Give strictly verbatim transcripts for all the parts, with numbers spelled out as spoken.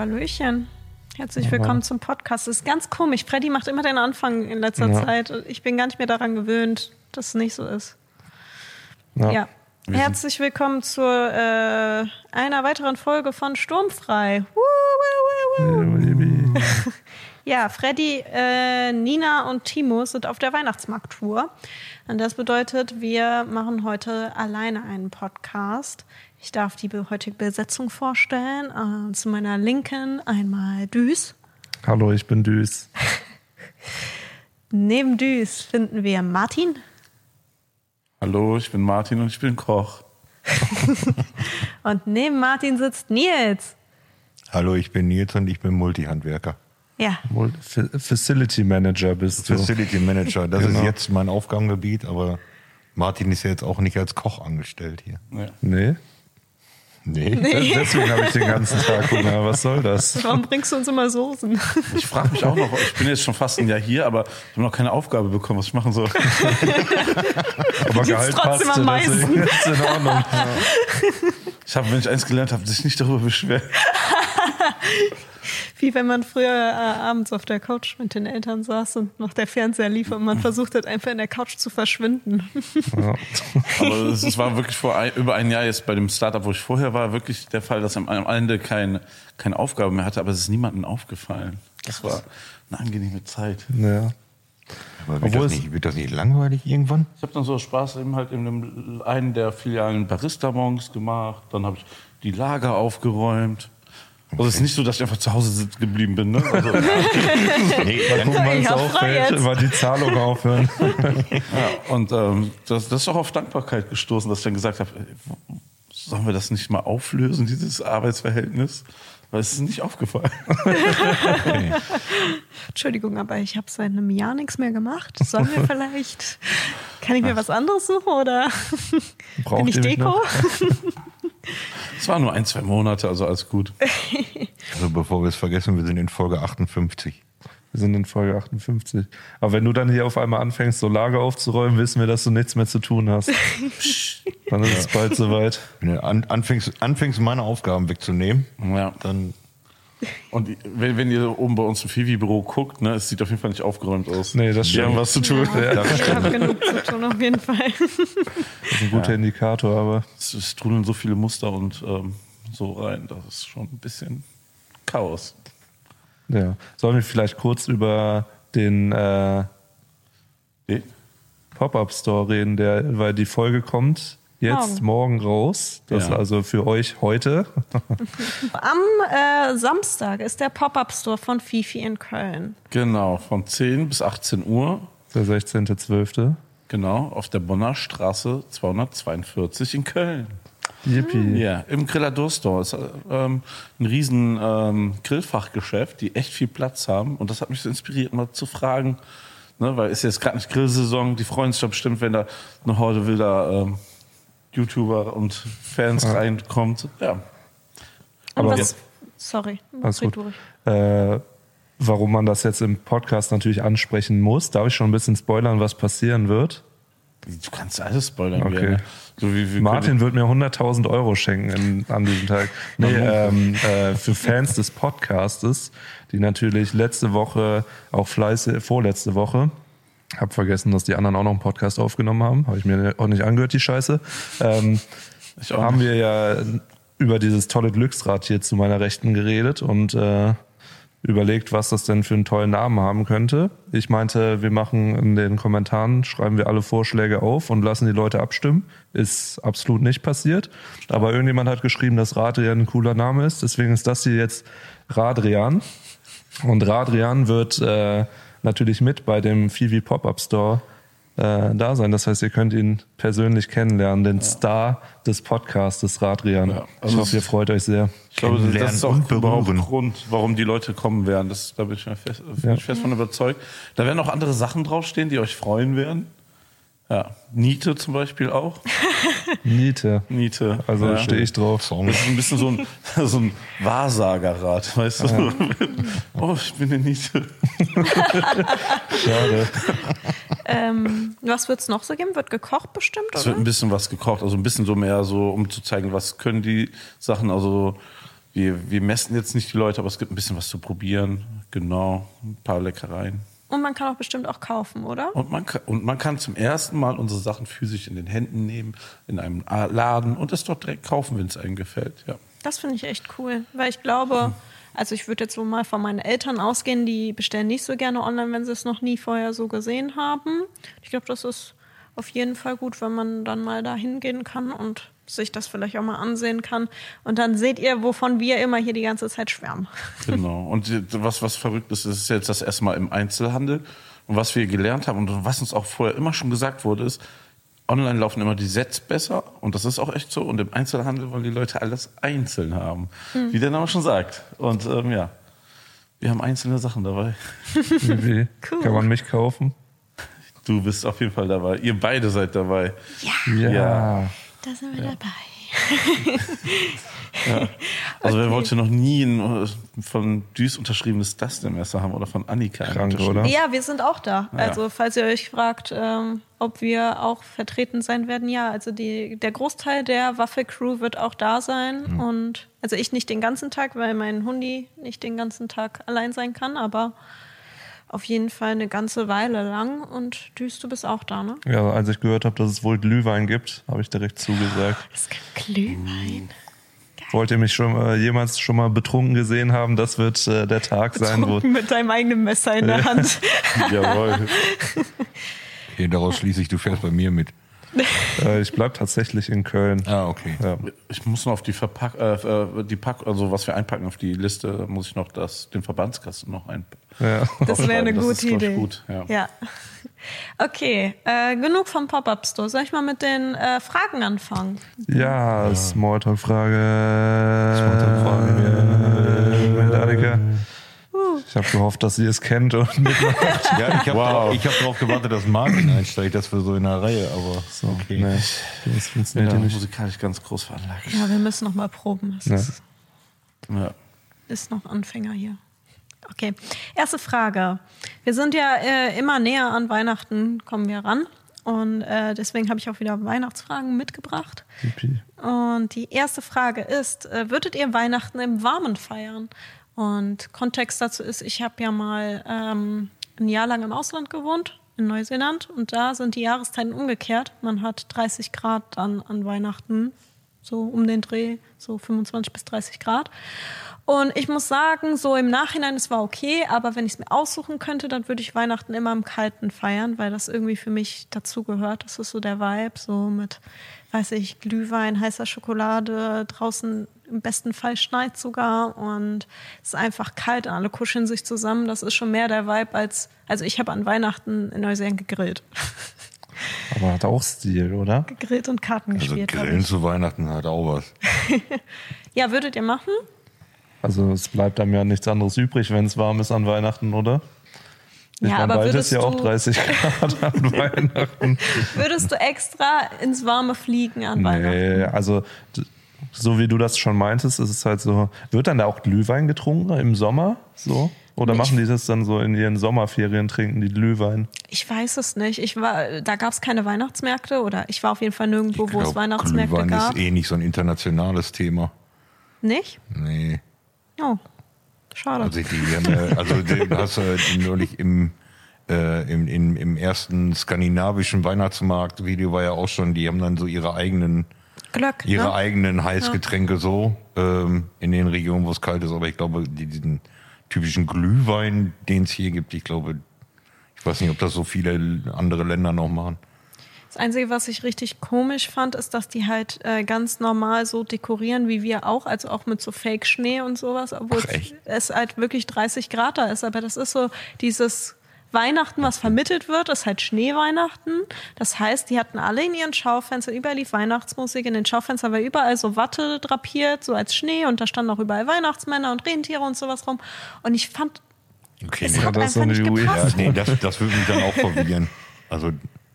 Hallöchen. Herzlich willkommen zum Podcast. Das ist ganz komisch. Freddy macht immer den Anfang in letzter ja. Zeit. Ich bin gar nicht mehr daran gewöhnt, dass es nicht so ist. Ja. ja. Herzlich willkommen zu äh, einer weiteren Folge von Sturmfrei. Woo, woo, woo, woo. Ja, Freddy, äh, Nina und Timo sind auf der Weihnachtsmarkttour. Und das bedeutet, wir machen heute alleine einen Podcast. Ich darf die heutige Besetzung vorstellen. Äh, zu meiner Linken einmal Düs. Hallo, ich bin Düs. Neben Düs finden wir Martin. Hallo, ich bin Martin und ich bin Koch. Und neben Martin sitzt Nils. Hallo, ich bin Nils und ich bin Multihandwerker. Ja. Facility Manager bist du. Facility Manager, das genau. ist jetzt mein Aufgabengebiet, aber Martin ist ja jetzt auch nicht als Koch angestellt hier. Ja. Nee? Nee. nee. Deswegen habe ich den ganzen Tag Hunger. Was soll das? Warum bringst du uns immer Soßen? Ich frage mich auch noch, ich bin jetzt schon fast ein Jahr hier, aber ich habe noch keine Aufgabe bekommen, was ich machen soll. Aber Gehalt passt, deswegen ist in Ordnung. Ja. Ich habe, wenn ich eins gelernt habe, sich nicht darüber beschweren. Wie wenn man früher äh, abends auf der Couch mit den Eltern saß und noch der Fernseher lief und man versucht hat, einfach in der Couch zu verschwinden. Ja. Aber es war wirklich vor ein, über ein Jahr jetzt bei dem Startup, wo ich vorher war, wirklich der Fall, dass am Ende kein, keine Aufgabe mehr hatte, aber es ist niemandem aufgefallen. Das war eine angenehme Zeit. Ja. Aber wird das, nicht, wird das nicht langweilig irgendwann? Ich habe dann so Spaß eben halt in einem, einen der Filialen Barista-Morgens gemacht, dann habe ich die Lager aufgeräumt. Also es ist nicht so, dass ich einfach zu Hause geblieben bin, ne? Also, nee, mal gucken, wann es auffällt, weil die Zahlung aufhören. Ja, und ähm, das, das ist auch auf Dankbarkeit gestoßen, dass ich dann gesagt habe, sollen wir das nicht mal auflösen, dieses Arbeitsverhältnis? Weil es ist nicht aufgefallen. Okay. Entschuldigung, aber ich habe seit einem Jahr nichts mehr gemacht. Sollen wir vielleicht, kann ich mir was anderes suchen oder bin ich Deko? Es waren nur ein, zwei Monate, also alles gut. Also bevor wir es vergessen, wir sind in Folge achtundfünfzig. Wir sind in Folge achtundfünfzig. Aber wenn du dann hier auf einmal anfängst, so Lager aufzuräumen, wissen wir, dass du nichts mehr zu tun hast. Dann ist es bald soweit. Wenn du anfängst, anfängst, meine Aufgaben wegzunehmen, ja. dann... Und wenn, wenn ihr oben bei uns im Fivi-Büro guckt, ne, es sieht auf jeden Fall nicht aufgeräumt aus. Nee, das stimmt. Wir haben was zu tun. Ja, ja, ich habe genug zu tun, auf jeden Fall. Das ist ein guter ja. Indikator, aber... Es, es trudeln so viele Muster und ähm, so rein, das ist schon ein bisschen Chaos. Ja. Sollen wir vielleicht kurz über den äh, Pop-Up-Store reden, der, weil die Folge kommt jetzt morgen, morgen raus. Das ja. ist also für euch heute. Am äh, Samstag ist der Pop-Up-Store von Fifi in Köln. Genau, von zehn bis achtzehn Uhr. Der sechzehnter zwölfter Genau, auf der Bonner Straße zweihundertzweiundvierzig in Köln. Yippie. Ja, im Grillador Store ist ähm, ein riesen ähm, Grillfachgeschäft, die echt viel Platz haben. Und das hat mich so inspiriert, mal zu fragen, ne, weil ist jetzt gerade nicht Grillsaison, die freuen sich doch bestimmt, wenn da eine Horde wilder ähm, YouTuber und Fans ja. reinkommt. Ja. Aber was, jetzt, sorry, alles gut. Äh, warum man das jetzt im Podcast natürlich ansprechen muss, darf ich schon ein bisschen spoilern, was passieren wird? Du kannst alles spoilern. Okay. Gerne. So wie, wie Martin wird mir hunderttausend Euro schenken in, an diesem Tag. Nee, ähm, äh, für Fans des Podcastes, die natürlich letzte Woche, auch fleißig, vorletzte Woche, hab vergessen, dass die anderen auch noch einen Podcast aufgenommen haben. Habe ich mir auch nicht angehört, die Scheiße. Ähm, ich auch haben nicht. Wir ja über dieses tolle Glücksrad hier zu meiner Rechten geredet und äh, überlegt, was das denn für einen tollen Namen haben könnte. Ich meinte, wir machen in den Kommentaren, schreiben wir alle Vorschläge auf und lassen die Leute abstimmen. Ist absolut nicht passiert. Aber irgendjemand hat geschrieben, dass Radrian ein cooler Name ist. Deswegen ist das hier jetzt Radrian. Und Radrian wird äh, natürlich mit bei dem Fivi Pop-Up Store äh, da sein. Das heißt, ihr könnt ihn persönlich kennenlernen, den ja. Star des Podcastes Radrian. Ja, also ich hoffe, ihr freut euch sehr. Ich glaube, das ist auch überhaupt ein Grund, warum die Leute kommen werden. Das, da bin ich, fest, bin ja. ich fest von überzeugt. Da werden auch andere Sachen draufstehen, die euch freuen werden. Ja, Niete zum Beispiel auch. Niete. Niete. Also ja. stehe ich drauf. Das ist ein bisschen so ein, so ein Wahrsagerrat, weißt du? Ja. Oh, ich bin eine Niete. Schade. Ähm, was wird es noch so geben? Wird gekocht bestimmt, oder? Es wird ein bisschen was gekocht, also ein bisschen so mehr so, um zu zeigen, was können die Sachen, also wir, wir messen jetzt nicht die Leute, aber es gibt ein bisschen was zu probieren. Genau, ein paar Leckereien. Und man kann auch bestimmt auch kaufen, oder? Und man, kann, und man kann zum ersten Mal unsere Sachen physisch in den Händen nehmen, in einem Laden und es dort direkt kaufen, wenn es einem gefällt. Ja. Das finde ich echt cool, weil ich glaube, also ich würde jetzt so mal von meinen Eltern ausgehen, die bestellen nicht so gerne online, wenn sie es noch nie vorher so gesehen haben. Ich glaube, das ist auf jeden Fall gut, wenn man dann mal da hingehen kann und sich das vielleicht auch mal ansehen kann. Und dann seht ihr, wovon wir immer hier die ganze Zeit schwärmen. Genau. Und was, was verrückt ist, ist jetzt das erste Mal im Einzelhandel. Und was wir gelernt haben und was uns auch vorher immer schon gesagt wurde, ist, online laufen immer die Sets besser. Und das ist auch echt so. Und im Einzelhandel wollen die Leute alles einzeln haben. Mhm. Wie der Name schon sagt. Und ähm, ja, wir haben einzelne Sachen dabei. Wie? Cool. Kann man mich kaufen? Du bist auf jeden Fall dabei. Ihr beide seid dabei. Ja. Ja. ja. Da sind wir ja. dabei. ja. Also okay. Wer wollte noch nie ein von Düs unterschriebenes Dustin-Messer haben oder von Annika? Krank, oder? Ja, wir sind auch da. Ja. Also falls ihr euch fragt, ähm, ob wir auch vertreten sein werden, ja. Also die, der Großteil der Waffel-Crew wird auch da sein. Mhm. Und also ich nicht den ganzen Tag, weil mein Hundi nicht den ganzen Tag allein sein kann, aber auf jeden Fall eine ganze Weile lang. Und Düs, du bist auch da, ne? Ja, als ich gehört habe, dass es wohl Glühwein gibt, habe ich direkt zugesagt. Es gibt Glühwein. Geil. Wollt ihr mich schon äh, jemals schon mal betrunken gesehen haben? Das wird äh, der Tag betrunken sein, wo... mit deinem eigenen Messer in der Hand. Jawohl. Okay, daraus schließe ich, du fährst bei mir mit. äh, ich bleib tatsächlich in Köln. Ah, okay. Ja. Ich muss noch auf die Verpack, äh, die Pack, also was wir einpacken auf die Liste, muss ich noch das, den Verbandskasten noch einpacken. Ja. Das wäre eine das gute ist, Idee. Gut, ja. ja. Okay, äh, genug vom Pop-Up-Store. Soll ich mal mit den äh, Fragen anfangen? Ja, ja. Smalltalk-Frage. Smalltalk-Frage. Mit Annika. Ich habe gehofft, dass sie es kennt und mitmacht. Ja, ich habe wow. hab darauf gewartet, dass Martin einsteigt, das für so in der Reihe, aber so, okay. Nee, das funktioniert ja nicht. Musikalisch ganz groß veranlagt. Ja, wir müssen noch mal proben. Das ja. ist, ja. ist noch Anfänger hier. Okay, erste Frage. Wir sind ja äh, immer näher an Weihnachten, kommen wir ran. Und äh, deswegen habe ich auch wieder Weihnachtsfragen mitgebracht. Yippie. Und die erste Frage ist, äh, würdet ihr Weihnachten im Warmen feiern? Und Kontext dazu ist, ich habe ja mal ähm, ein Jahr lang im Ausland gewohnt, in Neuseeland. Und da sind die Jahreszeiten umgekehrt. Man hat dreißig Grad dann an Weihnachten, so um den Dreh, so fünfundzwanzig bis dreißig Grad. Und ich muss sagen, so im Nachhinein, es war okay, aber wenn ich es mir aussuchen könnte, dann würde ich Weihnachten immer im Kalten feiern, weil das irgendwie für mich dazugehört. Das ist so der Vibe, so mit, weiß ich, Glühwein, heißer Schokolade, draußen im besten Fall schneit sogar und es ist einfach kalt, alle kuscheln sich zusammen. Das ist schon mehr der Vibe als, also ich habe an Weihnachten in Neuseeland gegrillt. Aber hat auch Stil, oder? Gegrillt und Karten also gespielt. Grillen zu Weihnachten hat auch was. Ja, würdet ihr machen? Also es bleibt einem ja nichts anderes übrig, wenn es warm ist an Weihnachten, oder? Ich ja, meine, aber bald ist ja auch du, dreißig Grad an Weihnachten. Würdest du extra ins Warme fliegen an nee, Weihnachten? Nee, also so wie du das schon meintest, ist es halt so, wird dann da auch Glühwein getrunken im Sommer? So? Oder ich, machen die das dann so in ihren Sommerferien, trinken die Glühwein? Ich weiß es nicht. Ich war, da gab es keine Weihnachtsmärkte oder ich war auf jeden Fall nirgendwo, wo es Weihnachtsmärkte Glühwein gab. Glühwein ist eh nicht so ein internationales Thema. Nicht? Nee. Oh, schade. Also, die haben ja, also du hast ja neulich im, äh, im, im, im ersten skandinavischen Weihnachtsmarkt-Video war ja auch schon, die haben dann so ihre eigenen Glöck, ihre ne? eigenen Heißgetränke ja. so ähm, in den Regionen, wo es kalt ist. Aber ich glaube, die, diesen typischen Glühwein, den es hier gibt, ich glaube, ich weiß nicht, ob das so viele andere Länder noch machen. Das Einzige, was ich richtig komisch fand, ist, dass die halt äh, ganz normal so dekorieren, wie wir auch, also auch mit so Fake-Schnee und sowas, obwohl es halt wirklich dreißig Grad da ist. Aber das ist so dieses Weihnachten, was vermittelt wird, ist halt Schneeweihnachten. Das heißt, die hatten alle in ihren Schaufenstern, überall lief Weihnachtsmusik, in den Schaufenstern war überall so Watte drapiert, so als Schnee und da standen auch überall Weihnachtsmänner und Rentiere und sowas rum. Und ich fand, okay, es ja, hat das einfach so nicht gepasst. Ja, nee, das, das würde mich dann auch verwirren. Also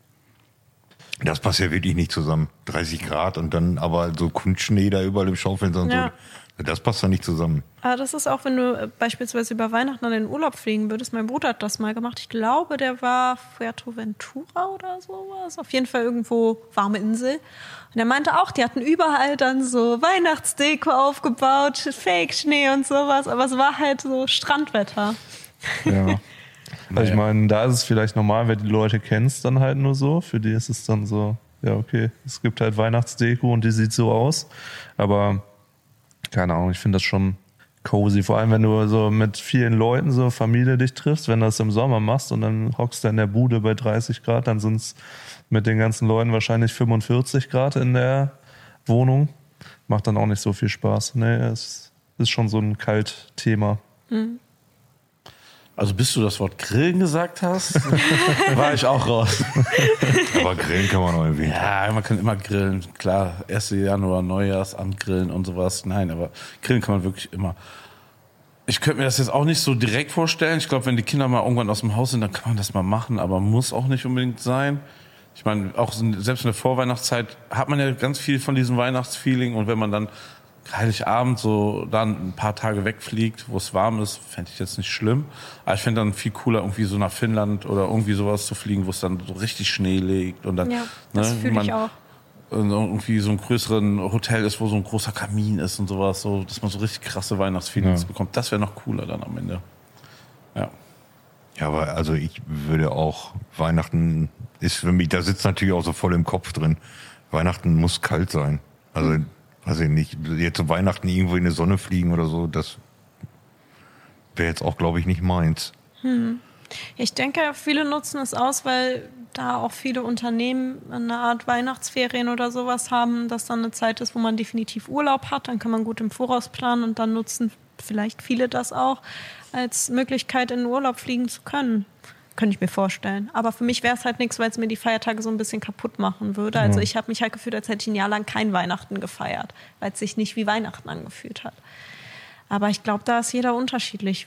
das passt ja wirklich nicht zusammen. dreißig Grad und dann aber so Kunstschnee da überall im Schaufenster und ja. so. Das passt ja nicht zusammen. Aber das ist auch, wenn du beispielsweise über Weihnachten an den Urlaub fliegen würdest. Mein Bruder hat das mal gemacht. Ich glaube, der war Fuerteventura oder sowas. Auf jeden Fall irgendwo warme Insel. Und er meinte auch, die hatten überall dann so Weihnachtsdeko aufgebaut, Fake-Schnee und sowas. Aber es war halt so Strandwetter. Ja. Also ich meine, da ist es vielleicht normal, wer die Leute kennt, dann halt nur so. Für die ist es dann so, ja okay, es gibt halt Weihnachtsdeko und die sieht so aus. Aber keine Ahnung, ich finde das schon cozy. Vor allem, wenn du so mit vielen Leuten, so Familie dich triffst, wenn du das im Sommer machst und dann hockst du in der Bude bei dreißig Grad, dann sind es mit den ganzen Leuten wahrscheinlich fünfundvierzig Grad in der Wohnung. Macht dann auch nicht so viel Spaß. Nee, es ist schon so ein Kaltthema. Mhm. Also bis du das Wort Grillen gesagt hast, war ich auch raus. Aber grillen kann man auch irgendwie. Ja, man kann immer grillen. Klar, erster Januar, Neujahrsamt grillen und sowas. Nein, aber grillen kann man wirklich immer. Ich könnte mir das jetzt auch nicht so direkt vorstellen. Ich glaube, wenn die Kinder mal irgendwann aus dem Haus sind, dann kann man das mal machen, aber muss auch nicht unbedingt sein. Ich meine, auch selbst in der Vorweihnachtszeit hat man ja ganz viel von diesem Weihnachtsfeeling und wenn man dann Heiligabend so dann ein paar Tage wegfliegt, wo es warm ist, fände ich jetzt nicht schlimm. Aber ich fände dann viel cooler, irgendwie so nach Finnland oder irgendwie sowas zu fliegen, wo es dann so richtig Schnee liegt. Und dann, ja, das ne, fühle ich auch. Irgendwie so ein größeren Hotel ist, wo so ein großer Kamin ist und sowas, so, dass man so richtig krasse Weihnachtsfeelings ja. bekommt. Das wäre noch cooler dann am Ende. Ja. Ja, aber also ich würde auch, Weihnachten ist für mich, da sitzt natürlich auch so voll im Kopf drin. Weihnachten muss kalt sein. Also, mhm. weiß ich nicht, jetzt zu Weihnachten irgendwo in die Sonne fliegen oder so, das wäre jetzt auch, glaube ich, nicht meins. Hm. Ich denke, viele nutzen es aus, weil da auch viele Unternehmen eine Art Weihnachtsferien oder sowas haben, dass dann eine Zeit ist, wo man definitiv Urlaub hat. Dann kann man gut im Voraus planen und dann nutzen vielleicht viele das auch als Möglichkeit, in den Urlaub fliegen zu können. Könnte ich mir vorstellen. Aber für mich wäre es halt nichts, weil es mir die Feiertage so ein bisschen kaputt machen würde. Also ich habe mich halt gefühlt, als hätte ich ein Jahr lang kein Weihnachten gefeiert, weil es sich nicht wie Weihnachten angefühlt hat. Aber ich glaube, da ist jeder unterschiedlich.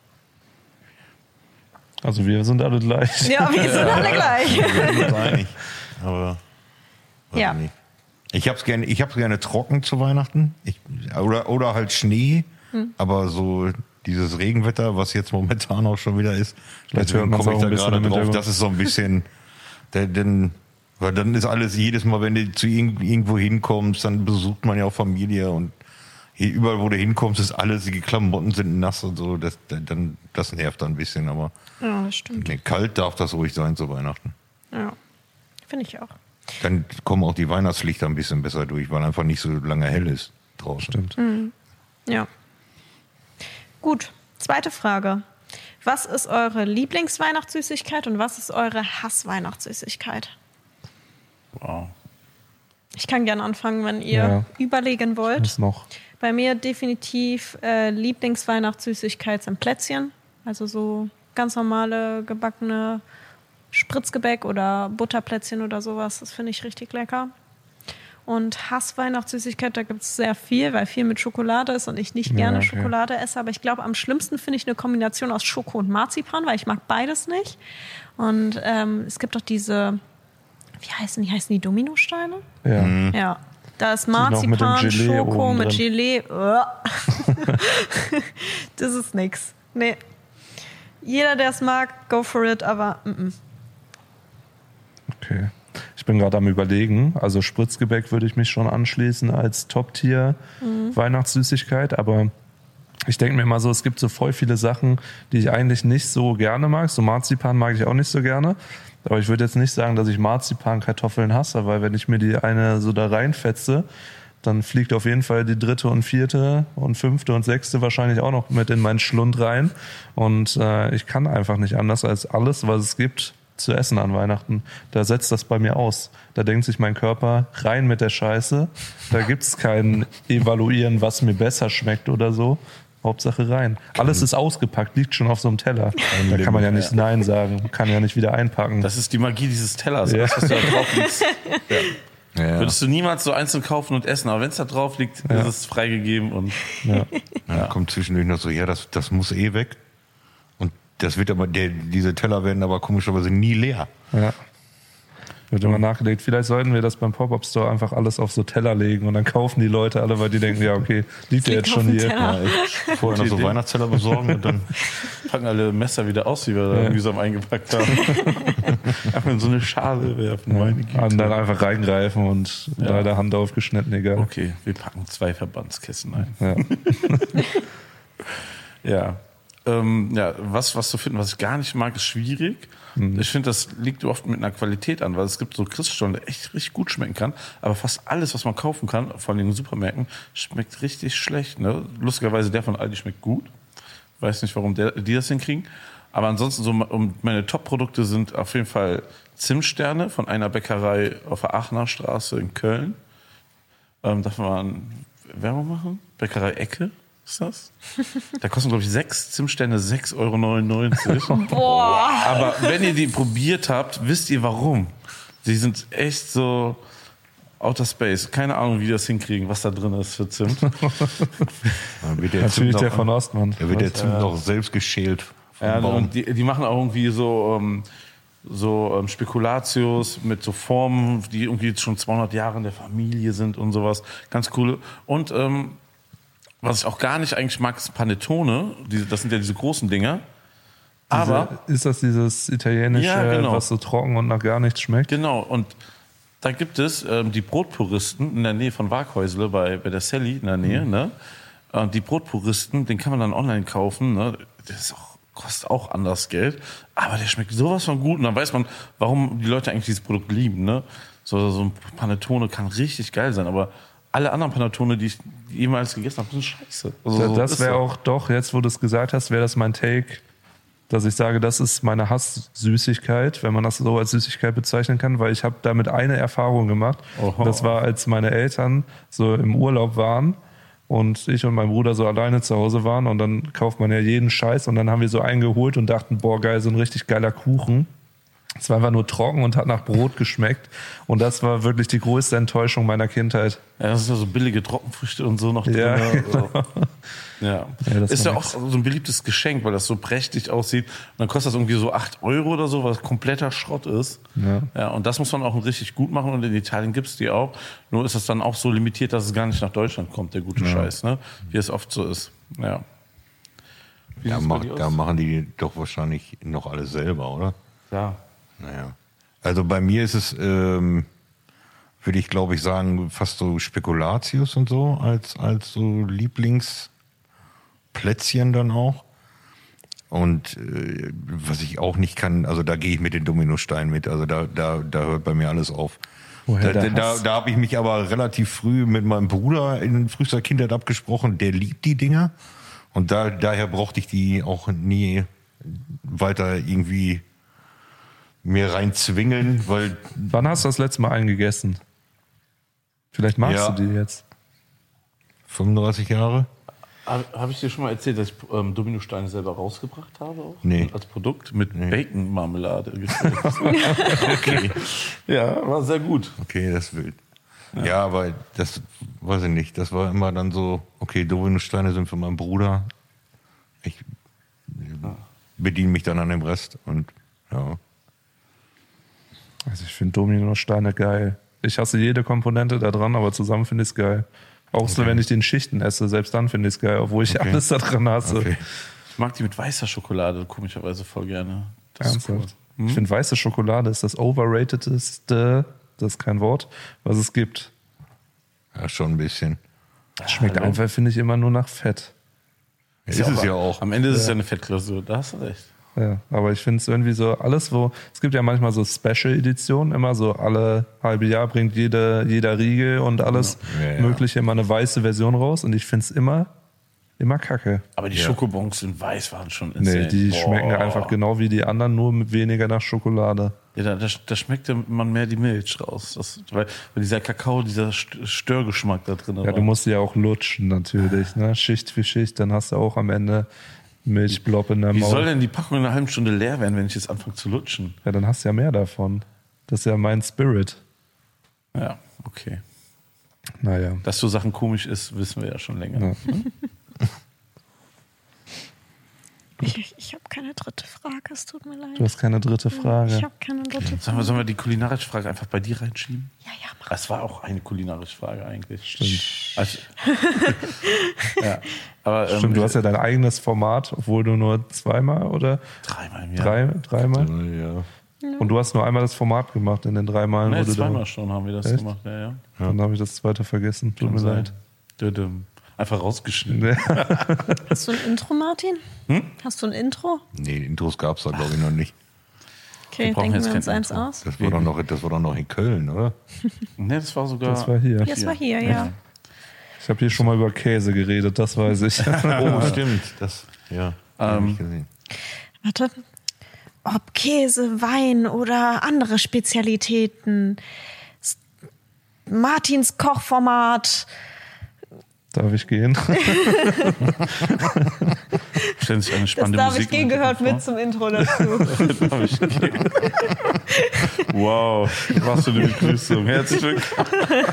Also wir sind alle gleich. Ja, wir sind alle gleich. Wir sind uns einig. Aber ja. Nicht. Ich hab's gerne, ich hab's gerne trocken zu Weihnachten. Ich, oder, oder halt Schnee. Hm. Aber so dieses Regenwetter, was jetzt momentan auch schon wieder ist, deswegen komme ich da gerade drauf. Das ist so ein bisschen, denn, weil dann ist alles jedes Mal, wenn du zu irgendwo hinkommst, dann besucht man ja auch Familie und überall, wo du hinkommst, ist alles, die Klamotten sind nass und so. Das, dann, das nervt dann ein bisschen, aber ja, das stimmt. Nee, kalt darf das ruhig sein zu Weihnachten. Ja, finde ich auch. Dann kommen auch die Weihnachtslichter ein bisschen besser durch, weil einfach nicht so lange hell ist draußen. Stimmt. Mhm. Ja. Gut, zweite Frage. Was ist eure Lieblingsweihnachtssüßigkeit und was ist eure Hassweihnachtssüßigkeit? Wow. Ich kann gerne anfangen, wenn ihr ja. überlegen wollt. Was noch? Bei mir definitiv äh, Lieblingsweihnachtssüßigkeit sind Plätzchen. Also so ganz normale gebackene Spritzgebäck oder Butterplätzchen oder sowas. Das finde ich richtig lecker. Und Hass-Weihnachtssüßigkeit, da gibt es sehr viel, weil viel mit Schokolade ist und ich nicht gerne ja, okay. Schokolade esse. Aber ich glaube, am schlimmsten finde ich eine Kombination aus Schoko und Marzipan, weil ich mag beides nicht. Und ähm, es gibt doch diese, wie heißen die? Heißen die Dominosteine? Ja. Mhm. Ja. Da ist Marzipan, mit Schoko mit Gelee. Das ist nix. Nee. Jeder, der es mag, go for it, aber mm-mm. Okay. Ich bin gerade am Überlegen. Also Spritzgebäck würde ich mich schon anschließen als Top-Tier-Weihnachtssüßigkeit. Aber ich denke mir immer so, es gibt so voll viele Sachen, die ich eigentlich nicht so gerne mag. So Marzipan mag ich auch nicht so gerne. Aber ich würde jetzt nicht sagen, dass ich Marzipan-Kartoffeln hasse, weil wenn ich mir die eine so da reinfetze, dann fliegt auf jeden Fall die dritte und vierte und fünfte und sechste wahrscheinlich auch noch mit in meinen Schlund rein. Und äh, ich kann einfach nicht anders als alles, was es gibt, zu essen an Weihnachten. Da setzt das bei mir aus. Da denkt sich mein Körper, rein mit der Scheiße. Da gibt es kein Evaluieren, was mir besser schmeckt oder so. Hauptsache rein. Alles ist ausgepackt, liegt schon auf so einem Teller. Da kann man ja nicht Nein sagen, kann ja nicht wieder einpacken. Das ist die Magie dieses Tellers, ja. Das, was du da drauf liegst. Ja. Ja. Würdest du niemals so einzeln kaufen und essen, aber wenn es da drauf liegt, ja. ist es freigegeben. Und ja. Ja. Dann kommt zwischendurch noch so, ja, das, das muss eh weg. Und das wird aber, der, diese Teller werden aber komischerweise nie leer. Ja. Wird immer nachgelegt. Vielleicht sollten wir das beim Pop-Up-Store einfach alles auf so Teller legen und dann kaufen die Leute alle, weil die denken, ja okay, liegt ja jetzt schon hier. Ja, vorher noch so Weihnachtsteller besorgen und dann packen alle Messer wieder aus, die wir da ja. mühsam eingepackt haben. Einfach in so eine Schale werfen. Ja. Und dann einfach reingreifen und ja. leider Hand aufgeschnitten, egal. Okay, wir packen zwei Verbandskissen ein. Ja. ja. Ähm, ja, was, was zu finden, was ich gar nicht mag, ist schwierig. Mhm. Ich finde, das liegt oft mit einer Qualität an, weil es gibt so Christstollen, der echt richtig gut schmecken kann, aber fast alles, was man kaufen kann, vor allem in den Supermärkten, schmeckt richtig schlecht. Ne? Lustigerweise der von Aldi schmeckt gut. Weiß nicht, warum der, die das hinkriegen. Aber ansonsten, so meine Top-Produkte sind auf jeden Fall Zimtsterne von einer Bäckerei auf der Aachener Straße in Köln. Ähm, darf man Werbung machen? Bäckerei Ecke. Ist das? Da kosten, glaube ich, sechs Zimtsterne sechs Euro neunundneunzig. Boah. Aber wenn ihr die probiert habt, wisst ihr warum. Die sind echt so Outer Space. Keine Ahnung, wie die das hinkriegen, was da drin ist für Zimt. der Natürlich der von Ostmann. Da wird der Zimt noch selbst geschält. Ja, und die, die machen auch irgendwie so, ähm, so ähm, Spekulatius mit so Formen, die irgendwie schon zweihundert Jahre in der Familie sind und sowas. Ganz cool. Und ähm, was ich auch gar nicht eigentlich mag, ist Panettone. Diese, das sind ja diese großen Dinger. Aber diese, ist das dieses italienische, ja, genau. was so trocken und nach gar nichts schmeckt? Genau. Und da gibt es ähm, die Brotpuristen in der Nähe von Waghäusle bei, bei der Sally in der Nähe. Mhm. Ne? Und die Brotpuristen, den kann man dann online kaufen. Ne? Das ist auch, kostet auch anders Geld. Aber der schmeckt sowas von gut. Und dann weiß man, warum die Leute eigentlich dieses Produkt lieben. Ne? So, so ein Panettone kann richtig geil sein. Aber alle anderen Panettone, die ich jemals gegessen habe, sind scheiße. Also so das wäre auch doch, jetzt wo du es gesagt hast, wäre das mein Take, dass ich sage, das ist meine Hass-Süßigkeit, wenn man das so als Süßigkeit bezeichnen kann, weil ich habe damit eine Erfahrung gemacht. Oho. Das war, als meine Eltern so im Urlaub waren und ich und mein Bruder so alleine zu Hause waren und dann kauft man ja jeden Scheiß und dann haben wir so einen geholt und dachten, boah geil, so ein richtig geiler Kuchen. Es war einfach nur trocken und hat nach Brot geschmeckt. Und das war wirklich die größte Enttäuschung meiner Kindheit. Ja, das sind ja so billige Trockenfrüchte und so noch drin. Ja, genau. Ja. Ja, das ist ja auch so ein beliebtes Geschenk, weil das so prächtig aussieht. Und dann kostet das irgendwie so acht Euro oder so, was kompletter Schrott ist. Ja. Ja, und das muss man auch richtig gut machen. Und in Italien gibt's die auch. Nur ist das dann auch so limitiert, dass es gar nicht nach Deutschland kommt, der gute ja. Scheiß. Ne? Wie es oft so ist. Ja. Da, mach, da machen die doch wahrscheinlich noch alles selber, oder? Ja. Naja. Also bei mir ist es, ähm, würde ich glaube ich sagen, fast so Spekulatius und so als, als so Lieblingsplätzchen dann auch. Und äh, was ich auch nicht kann, also da gehe ich mit den Dominosteinen mit. Also da, da, da hört bei mir alles auf. Woher da da, da habe ich mich aber relativ früh mit meinem Bruder in frühester Kindheit abgesprochen. Der liebt die Dinger. Und da, daher brauchte ich die auch nie weiter irgendwie mir rein zwingen, weil... Wann hast du das letzte Mal einen gegessen? Vielleicht magst ja. du die jetzt. fünfunddreißig Jahre. Habe hab ich dir schon mal erzählt, dass ich ähm, Dominosteine selber rausgebracht habe? Auch? Nee. Als Produkt mit nee. Bacon-Marmelade. Okay. Ja, war sehr gut. Okay, das ist wild. Ja. ja, aber das, weiß ich nicht, das war immer dann so, okay, Dominosteine sind für meinen Bruder. Ich ja. bediene mich dann an dem Rest und ja. Also ich finde Dominosteine geil. Ich hasse jede Komponente da dran, aber zusammen finde ich es geil. Auch okay. so, wenn ich die in Schichten esse, selbst dann finde ich es geil, obwohl ich okay. alles da dran hasse. Okay. Ich mag die mit weißer Schokolade komischerweise voll gerne. Das ist cool. Hm? Ich finde, weiße Schokolade ist das overratedeste, das ist kein Wort, was es gibt. Ja, schon ein bisschen. Das schmeckt Hallo. einfach, finde ich, immer nur nach Fett. Ist, ist es ja auch. Am Ende ist ja. es ja eine Fettklausur, da hast du recht. Ja, aber ich finde es irgendwie so, alles wo, es gibt ja manchmal so Special-Editionen, immer so alle halbe Jahr bringt jede, jeder Riegel und alles ja, ja. Mögliche immer eine weiße Version raus und ich finde es immer, immer kacke. Aber die ja. Schokobons in weiß waren schon insane. Nee, die Boah. schmecken einfach genau wie die anderen, nur mit weniger nach Schokolade. Ja, da, da, da schmeckt man mehr die Milch raus, das, weil, weil dieser Kakao, dieser Störgeschmack da drin Ja, war. du musst ja auch lutschen natürlich, ne? Schicht für Schicht, dann hast du auch am Ende Milchblob in der Maul. Wie soll denn die Packung in einer halben Stunde leer werden, wenn ich jetzt anfange zu lutschen? Ja, dann hast du ja mehr davon. Das ist ja mein Spirit. Ja, okay. Naja. Dass so Sachen komisch ist, wissen wir ja schon länger. Ja. Ich, ich habe keine dritte Frage, es tut mir leid. Du hast keine dritte Frage. Ich habe keine dritte Frage. Sollen wir, sollen wir die kulinarische Frage einfach bei dir reinschieben? Ja, ja, mach. Das war auch eine kulinarische Frage eigentlich. Stimmt. Also, ja, aber, ähm, Stimmt, du hast ja dein eigenes Format, obwohl du nur zweimal oder? Dreimal im Jahr. Drei, dreimal? Ja. Und du hast nur einmal das Format gemacht in den drei Malen. Nee, wo du zweimal da... schon haben wir das Echt? gemacht. Ja, ja. Dann habe ich das zweite vergessen. Tut Kann mir sein. leid. Dödüm. Einfach rausgeschnitten. Hast du ein Intro, Martin? Hm? Hast du ein Intro? Nee, Intros gab es da, glaube ich, noch nicht. Okay, Wir brauchen denken jetzt wir uns kein eins Intro. aus. Das war, doch noch, das war doch noch in Köln, oder? Nee, das war sogar. Das war hier. Das war hier, ja. Ich habe hier schon mal über Käse geredet, das weiß ich. Oh, stimmt. Das, ja, hab ich gesehen. Warte. Ob Käse, Wein oder andere Spezialitäten. S- Martins Kochformat. Darf ich gehen? Stellen sich eine Das spannende darf Musik ich gehen gehört vor. mit zum Intro dazu. Darf ich gehen? Wow, was für eine Begrüßung. Herzlich willkommen.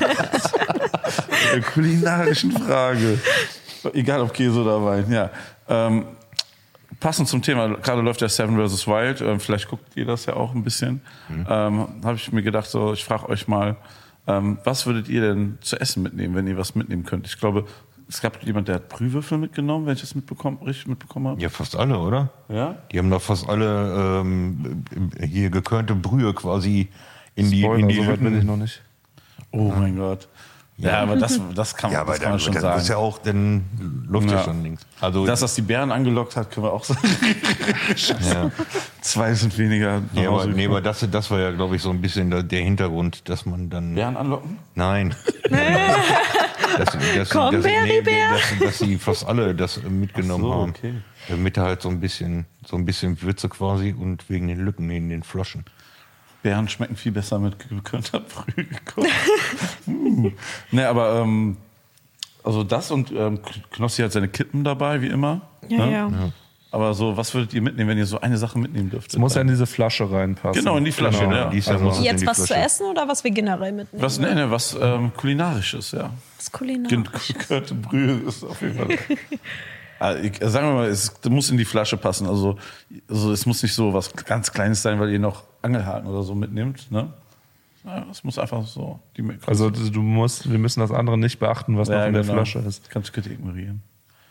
Der kulinarischen Frage. Egal ob Käse oder Wein, ja. Ähm, passend zum Thema, gerade läuft ja Seven versus. Wild, ähm, vielleicht guckt ihr das ja auch ein bisschen. Mhm. Ähm, habe ich mir gedacht, so, ich frage euch mal, ähm, was würdet ihr denn zu essen mitnehmen, wenn ihr was mitnehmen könnt? Ich glaube, es gab jemand, der hat Brühwürfel mitgenommen, wenn ich das mitbekommen, richtig mitbekommen habe. Ja, fast alle, oder? Ja? Die haben doch fast alle ähm, hier gekörnte Brühe quasi in die, Spoiler, in die so weit bin ich Hütten. noch nicht. Oh mein Gott. Ja, aber das, das kann, Ja, aber das kann man dann, schon das sagen. ist ja auch, dann läuft ja, Ja. schon links. Also, Dass das die Bären angelockt hat, können wir auch sagen. ja. Zwei sind weniger. Nee, aber, nee, gekommen. aber das, das war ja, glaube ich, so ein bisschen der, der Hintergrund, dass man dann... Bären anlocken? Nein. dass, dass, Komm, dass, Bäri, Bär. dass, dass sie fast alle das mitgenommen Ach so, haben. okay. Damit da halt so ein bisschen, so ein bisschen Würze quasi und wegen den Lücken in den Flaschen. Bären schmecken viel besser mit gekörnter Brühe gekocht. uh. Ne, aber ähm, also das und ähm, Knossi hat seine Kippen dabei, wie immer. Ja, ne? ja. Aber so, was würdet ihr mitnehmen, wenn ihr so eine Sache mitnehmen dürftet? Es muss ja in diese Flasche reinpassen. Genau, in die Flasche, Genau. ja. Die ist ja Also, muss es in Jetzt die was zu Flasche. essen oder was wir generell mitnehmen? was, ne, ne, was ähm, kulinarisches, ja. Was kulinarisch. Gekörnte Brühe ist auf jeden Fall. Also ich, sagen wir mal, es muss in die Flasche passen. Also, also es muss nicht so was ganz Kleines sein, weil ihr noch Angelhaken oder so mitnehmt. Ne? Ja, es muss einfach so. Die Also du musst, wir müssen das andere nicht beachten, was ja, noch in der genau. Flasche ist. Kannst du ignorieren.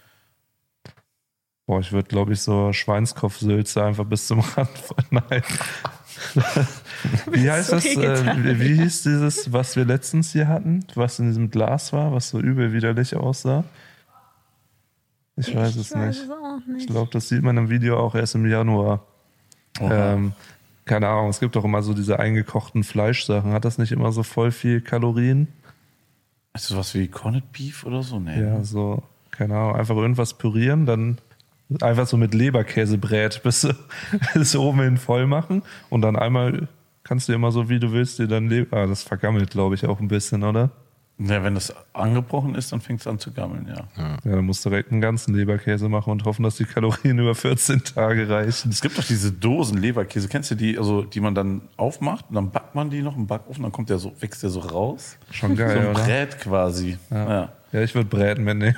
Boah, ich würde, glaube ich, so Schweinskopfsülze einfach bis zum Rand. Nein. Wie heißt So das? Äh, vegetarisch. wie, wie hieß dieses, was wir letztens hier hatten, was in diesem Glas war, was so übel widerlich aussah? Ich weiß es ich weiß nicht. es auch nicht. Ich glaube, das sieht man im Video auch erst im Januar. Ähm, keine Ahnung, es gibt doch immer so diese eingekochten Fleischsachen. Hat das nicht immer so voll viel Kalorien? Ist das was wie Corned Beef oder so? Nee. Ja, so, keine Ahnung, einfach irgendwas pürieren, dann einfach so mit Leberkäse brät, bis, bis oben hin voll machen und dann einmal kannst du immer so, wie du willst, dir dann Leber... Ah, das vergammelt, glaube ich, auch ein bisschen, oder? Ja, wenn das angebrochen ist, dann fängt es an zu gammeln, ja. Ja, dann musst du direkt einen ganzen Leberkäse machen und hoffen, dass die Kalorien über vierzehn Tage reichen. Es gibt doch diese Dosen Leberkäse, kennst du die, also die man dann aufmacht und dann backt man die noch im Backofen, dann kommt der so, wächst der so raus. Schon geil, so ein oder? Brät quasi. Ja, Ja. ja ich würde Bräten mitnehmen.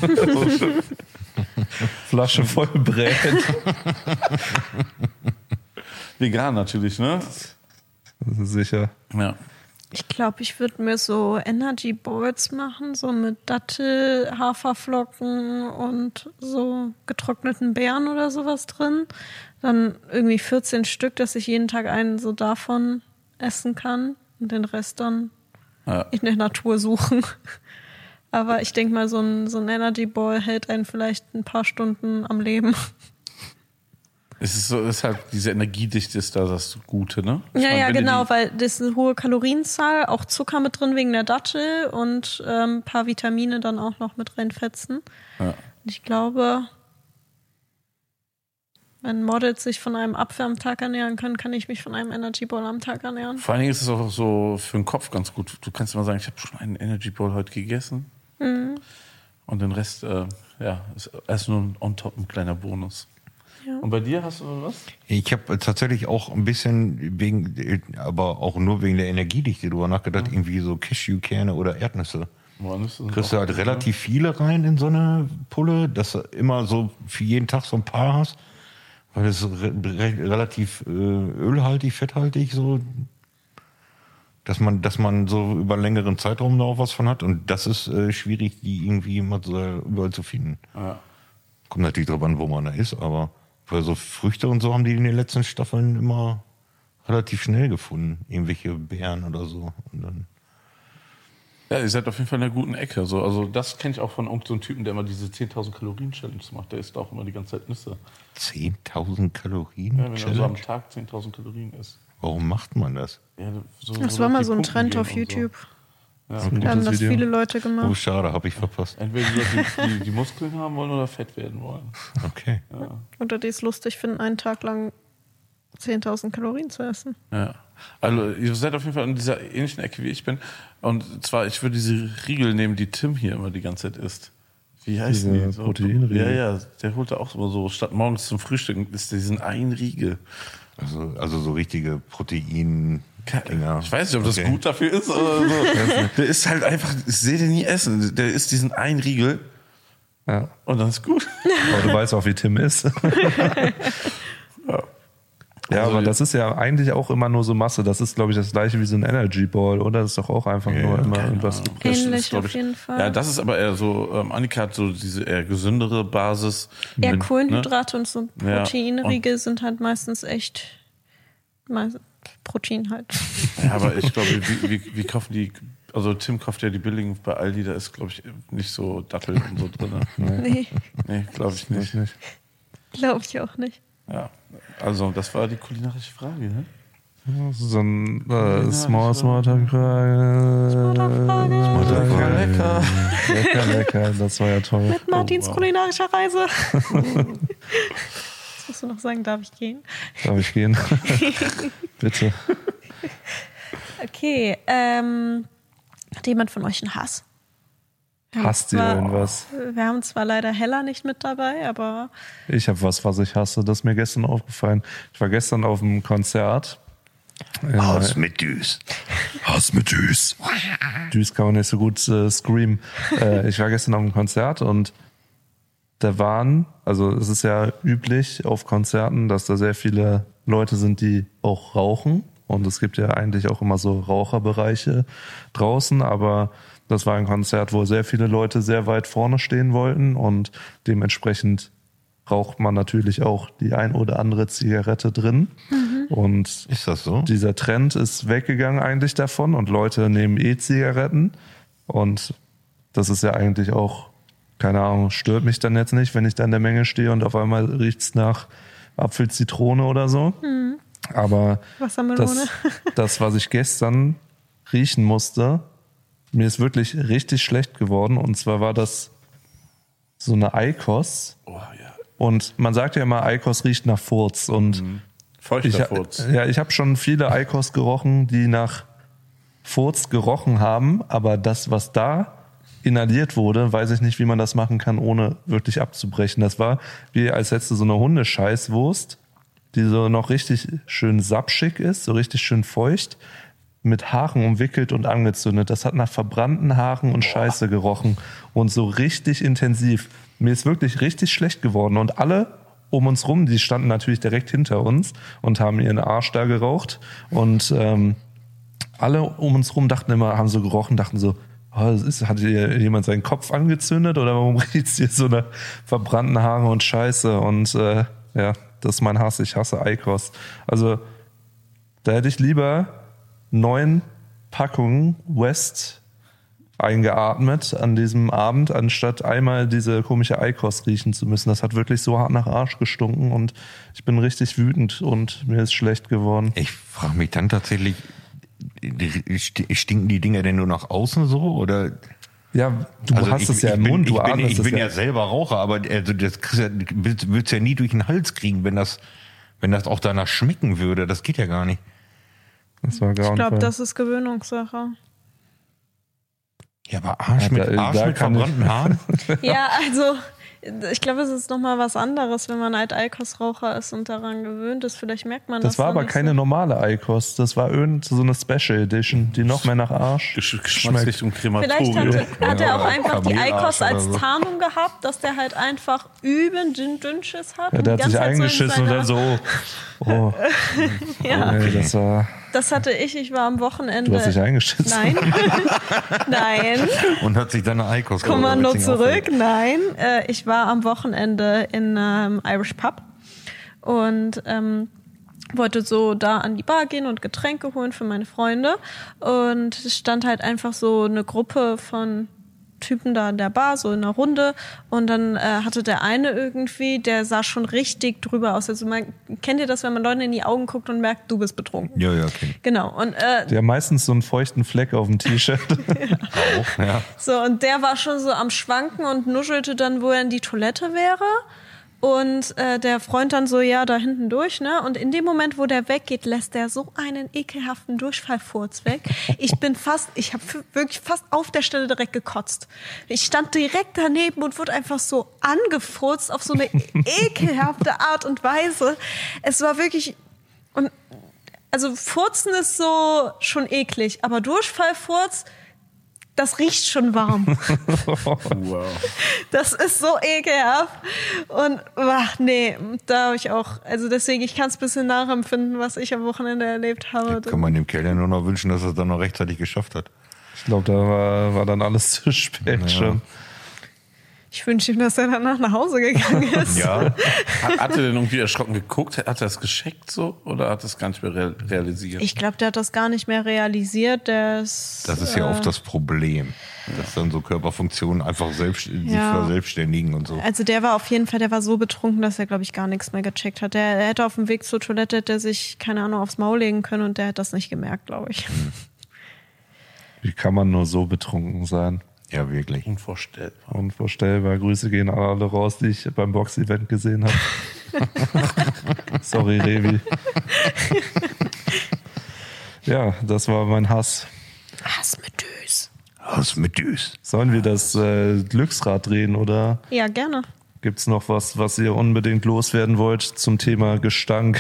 Flasche voll Brät. Vegan natürlich, ne? Sicher. Ja. Ich glaube, ich würde mir so Energy Balls machen, so mit Dattel, Haferflocken und so getrockneten Beeren oder sowas drin. Dann irgendwie vierzehn Stück, dass ich jeden Tag einen so davon essen kann und den Rest dann Ja. in der Natur suchen. Aber ich denke mal, so ein, so ein Energy Ball hält einen vielleicht ein paar Stunden am Leben. Es ist so, es ist halt diese Energiedichte ist da das Gute, ne? Ich Ja, meine, ja, wenn du genau, die- weil das ist eine hohe Kalorienzahl, auch Zucker mit drin wegen der Dattel und ähm, ein paar Vitamine dann auch noch mit reinfetzen. Ja. Und ich glaube, wenn Models sich von einem Apfel am Tag ernähren können, kann ich mich von einem Energy Ball am Tag ernähren. Vor allen Dingen ist es auch so für den Kopf ganz gut. Du kannst immer sagen, ich habe schon einen Energy Ball heute gegessen. Mhm. Und den Rest, äh, ja, ist erst nur on top ein kleiner Bonus. Ja. Und bei dir hast du was? Ich habe tatsächlich auch ein bisschen wegen, aber auch nur wegen der Energiedichte drüber nachgedacht, irgendwie so Cashewkerne oder Erdnüsse. Woran ist das Kriegst du auch halt gut, relativ viele rein in so eine Pulle, dass du immer so für jeden Tag so ein paar hast. Weil es re re relativ äh, ölhaltig, fetthaltig, so, dass man, dass man so über einen längeren Zeitraum da auch was von hat. Und das ist äh, schwierig, die irgendwie immer so überall zu finden. Ja. Kommt natürlich drauf an, wo man da ist, aber für so Früchte und so haben die in den letzten Staffeln immer relativ schnell gefunden. Irgendwelche Beeren oder so. Und dann ja, ihr seid auf jeden Fall in einer guten Ecke. So, also das kenne ich auch von irgendeinem so Typen, der immer diese zehntausend Kalorien-Challenge macht. Der isst auch immer die ganze Zeit Nüsse. zehntausend Kalorien? Ja, wenn er so am Tag zehntausend Kalorien isst. Warum macht man das? Ja, so, das so war mal so ein Trend auf YouTube. So. Ja. Das okay. haben das Video. viele Leute gemacht. Oh, schade, habe ich verpasst. Entweder die Leute, die, die Muskeln haben wollen oder fett werden wollen. Okay. Ja. Oder die es lustig finden, einen Tag lang zehntausend Kalorien zu essen. Ja. Also ihr seid auf jeden Fall in dieser ähnlichen Ecke wie ich bin. Und zwar, ich würde diese Riegel nehmen, die Tim hier immer die ganze Zeit isst. Wie heißt die? So, Proteinriegel. Ja, ja, der holt da auch immer so, statt morgens zum Frühstück isst der diesen einen Riegel. Also, also so richtige Protein... Dinger. Ich weiß nicht, ob das okay. gut dafür ist oder so. Der ist halt einfach, ich sehe den nie essen. Der isst diesen einen Riegel. Ja. Und dann ist gut. Aber du weißt auch, wie Tim ist. Ja. Ja, also, aber das ist ja eigentlich auch immer nur so Masse. Das ist, glaube ich, das gleiche wie so ein Energy Ball, oder? Das ist doch auch einfach ja, nur immer irgendwas. Ähnlich ist, auf jeden ich, Fall. Ja, das ist aber eher so, ähm, Annika hat so diese eher gesündere Basis. Eher mit, Kohlenhydrate ne? und so Proteinriegel ja, sind halt meistens echt meist, Protein halt. Ja, aber ich glaube, wie, wie, wie kaufen die, also Tim kauft ja die billigen bei Aldi, da ist, glaube ich, nicht so Datteln und so drin. Nee. Nee, nee glaube ich nicht. nicht. Glaube ich auch nicht. Ja, also das war die kulinarische Frage, ne? So ein äh, Small Smalltalk-Frage. Smalltalk-Frage. Lecker. Lecker, lecker. Das war ja toll. Mit Martins oh, wow. kulinarischer Reise. Was musst du noch sagen? Darf ich gehen? Darf ich gehen? Bitte. Okay, ähm, hat jemand von euch einen Hass? Hasst ihr irgendwas? Wir haben zwar leider Hella nicht mit dabei, aber... Ich habe was, was ich hasse. Das ist mir gestern aufgefallen. Ich war gestern auf einem Konzert. Hass mit Düs. Hass mit Düs. Düs kann man nicht so gut äh, screamen. Äh, ich war gestern auf einem Konzert und da waren, also es ist ja üblich auf Konzerten, dass da sehr viele Leute sind, die auch rauchen. Und es gibt ja eigentlich auch immer so Raucherbereiche draußen, aber das war ein Konzert, wo sehr viele Leute sehr weit vorne stehen wollten und dementsprechend raucht man natürlich auch die ein oder andere Zigarette drin. Mhm. Und ist das so? Dieser Trend ist weggegangen eigentlich davon und Leute nehmen E-Zigaretten und das ist ja eigentlich auch, keine Ahnung, stört mich dann jetzt nicht, wenn ich da in der Menge stehe und auf einmal riecht's nach Apfelzitrone oder so. Mhm. Aber das, das, was ich gestern riechen musste, mir ist wirklich richtig schlecht geworden. Und zwar war das so eine Eikos. Oh, ja. Und man sagt ja immer, Eikos riecht nach Furz. Und mhm. Feuchter ich, Furz. Ja, ich habe schon viele Eikos gerochen, die nach Furz gerochen haben. Aber das, was da inhaliert wurde, weiß ich nicht, wie man das machen kann, ohne wirklich abzubrechen. Das war wie, als hättest du so eine Hundescheißwurst, die so noch richtig schön sapschig ist, so richtig schön feucht, mit Haaren umwickelt und angezündet. Das hat nach verbrannten Haaren und Scheiße gerochen und so richtig intensiv. Mir ist wirklich richtig schlecht geworden und alle um uns rum, die standen natürlich direkt hinter uns und haben ihren Arsch da geraucht und ähm, alle um uns rum dachten immer, haben so gerochen, dachten so, oh, das ist, hat hier jemand seinen Kopf angezündet oder warum riecht es hier so nach verbrannten Haaren und Scheiße und äh, ja, das ist mein Hass, ich hasse Eikos. Also da hätte ich lieber neun Packungen West eingeatmet an diesem Abend, anstatt einmal diese komische Eikos riechen zu müssen. Das hat wirklich so hart nach Arsch gestunken und ich bin richtig wütend und mir ist schlecht geworden. Ich frage mich dann tatsächlich, stinken die Dinger denn nur nach außen so oder... Ja, du also hast ich, es ja im bin, Mund, du ich bin, atmest ich es bin ja. ja selber Raucher, aber also das willst du ja nie durch den Hals kriegen, wenn das, wenn das auch danach schmecken würde. Das geht ja gar nicht. Das war grauenvoll. Ich glaube, das ist Gewöhnungssache. Ja, aber Arsch mit, ja, da, Arsch da mit verbrannten Haaren? Ja, also Ich glaube, es ist nochmal was anderes, wenn man halt Eikos-Raucher ist und daran gewöhnt ist. Vielleicht merkt man das. Das war aber keine so. normale Eikos. Das war irgend so eine Special Edition, die noch mehr nach Arsch Geschmacksrichtung Krematorium. Vielleicht hatte, hat er auch einfach die Eikos als so. Tarnung gehabt, dass der halt einfach üben dünn Dünnschiss hat. Ja, der hat sich eingeschissen so und dann so. Oh. ja. Oh, nee, das war. Das hatte ich, ich war am Wochenende. Du hast dich eingeschissen? Nein. Nein. Und hat sich deine Eikos Kommando zurück? Nein. Äh, ich war am Wochenende in einem Irish Pub und ähm, wollte so da an die Bar gehen und Getränke holen für meine Freunde. Und es stand halt einfach so eine Gruppe von Typen da in der Bar, so in einer Runde. Und dann äh, hatte der eine irgendwie, der sah schon richtig drüber aus. Also man, kennt ihr das, wenn man Leuten in die Augen guckt und merkt, du bist betrunken? Ja, ja, okay. Genau. Und, äh, der hat meistens so einen feuchten Fleck auf dem T-Shirt. ja. Auch, ja. So, und der war schon so am Schwanken und nuschelte dann, wo er in die Toilette wäre. Und äh, der Freund dann so, ja, da hinten durch, ne? Und in dem Moment, wo der weggeht, lässt der so einen ekelhaften Durchfallfurz weg. Ich bin fast, ich habe wirklich fast auf der Stelle direkt gekotzt. Ich stand direkt daneben und wurde einfach so angefurzt auf so eine ekelhafte Art und Weise. Es war wirklich, und also Furzen ist so schon eklig, aber Durchfallfurz, das riecht schon warm. Wow. Das ist so ekelhaft. Und ach, nee, da habe ich auch, also deswegen, ich kann es ein bisschen nachempfinden, was ich am Wochenende erlebt habe. Da kann man dem Kerl ja nur noch wünschen, dass er es dann noch rechtzeitig geschafft hat. Ich glaube, da war, war dann alles zu spät ja. schon. Ich wünsche ihm, dass er danach nach Hause gegangen ist. Ja. Hat, hat er denn irgendwie erschrocken geguckt? Hat er das gescheckt so? Oder hat er es gar nicht mehr real, realisiert? Ich glaube, der hat das gar nicht mehr realisiert. Das, das ist ja äh, oft das Problem. Dass dann so Körperfunktionen einfach selbst, ja. sich verselbstständigen und so. Also der war auf jeden Fall, der war so betrunken, dass er, glaube ich, gar nichts mehr gecheckt hat. Der, der hätte auf dem Weg zur Toilette, hätte sich, keine Ahnung, aufs Maul legen können und der hätte das nicht gemerkt, glaube ich. Wie kann man nur so betrunken sein? Ja, wirklich. Unvorstellbar. Unvorstellbar. Grüße gehen an alle raus, die ich beim Box-Event gesehen habe. Sorry, Revi. Ja, das war mein Hass. Hass mit Düs. Hass mit Düs. Sollen wir das äh, Glücksrad drehen, oder? Ja, gerne. Gibt es noch was, was ihr unbedingt loswerden wollt zum Thema Gestank?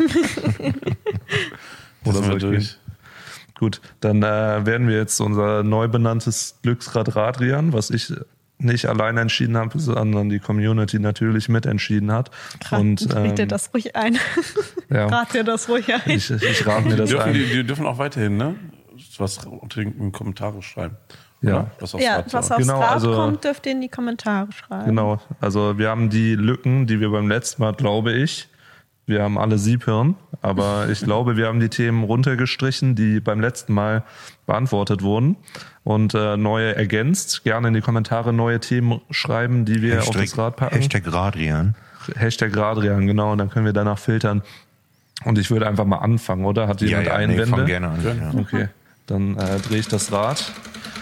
Oder soll ich durch? Gut, dann äh, werden wir jetzt unser neu benanntes Glücksrad Radrian, was ich nicht allein entschieden habe, sondern die Community natürlich mitentschieden hat. Rat, und ähm, dir das ruhig ein. Ja. Rat dir das ruhig ein. Ich, ich rate mir das die dürfen, ein. Die, die dürfen auch weiterhin, ne? Was unter den Kommentare schreiben. Ja, oder? Was aufs ja, Rad, was aufs genau, Rad also, kommt, dürft ihr in die Kommentare schreiben. Genau, also wir haben die Lücken, die wir beim letzten Mal, glaube ich, wir haben alle Siebhirn, aber ich glaube, wir haben die Themen runtergestrichen, die beim letzten Mal beantwortet wurden und äh, neue ergänzt. Gerne in die Kommentare neue Themen schreiben, die wir Hashtag, auf das Rad packen. Hashtag Radrian. Hashtag Radrian, genau, und dann können wir danach filtern. Und ich würde einfach mal anfangen, oder? Hat jemand ja, ja, Einwände? Nee, fang gerne an. Ja. Okay, dann äh, drehe ich das Rad.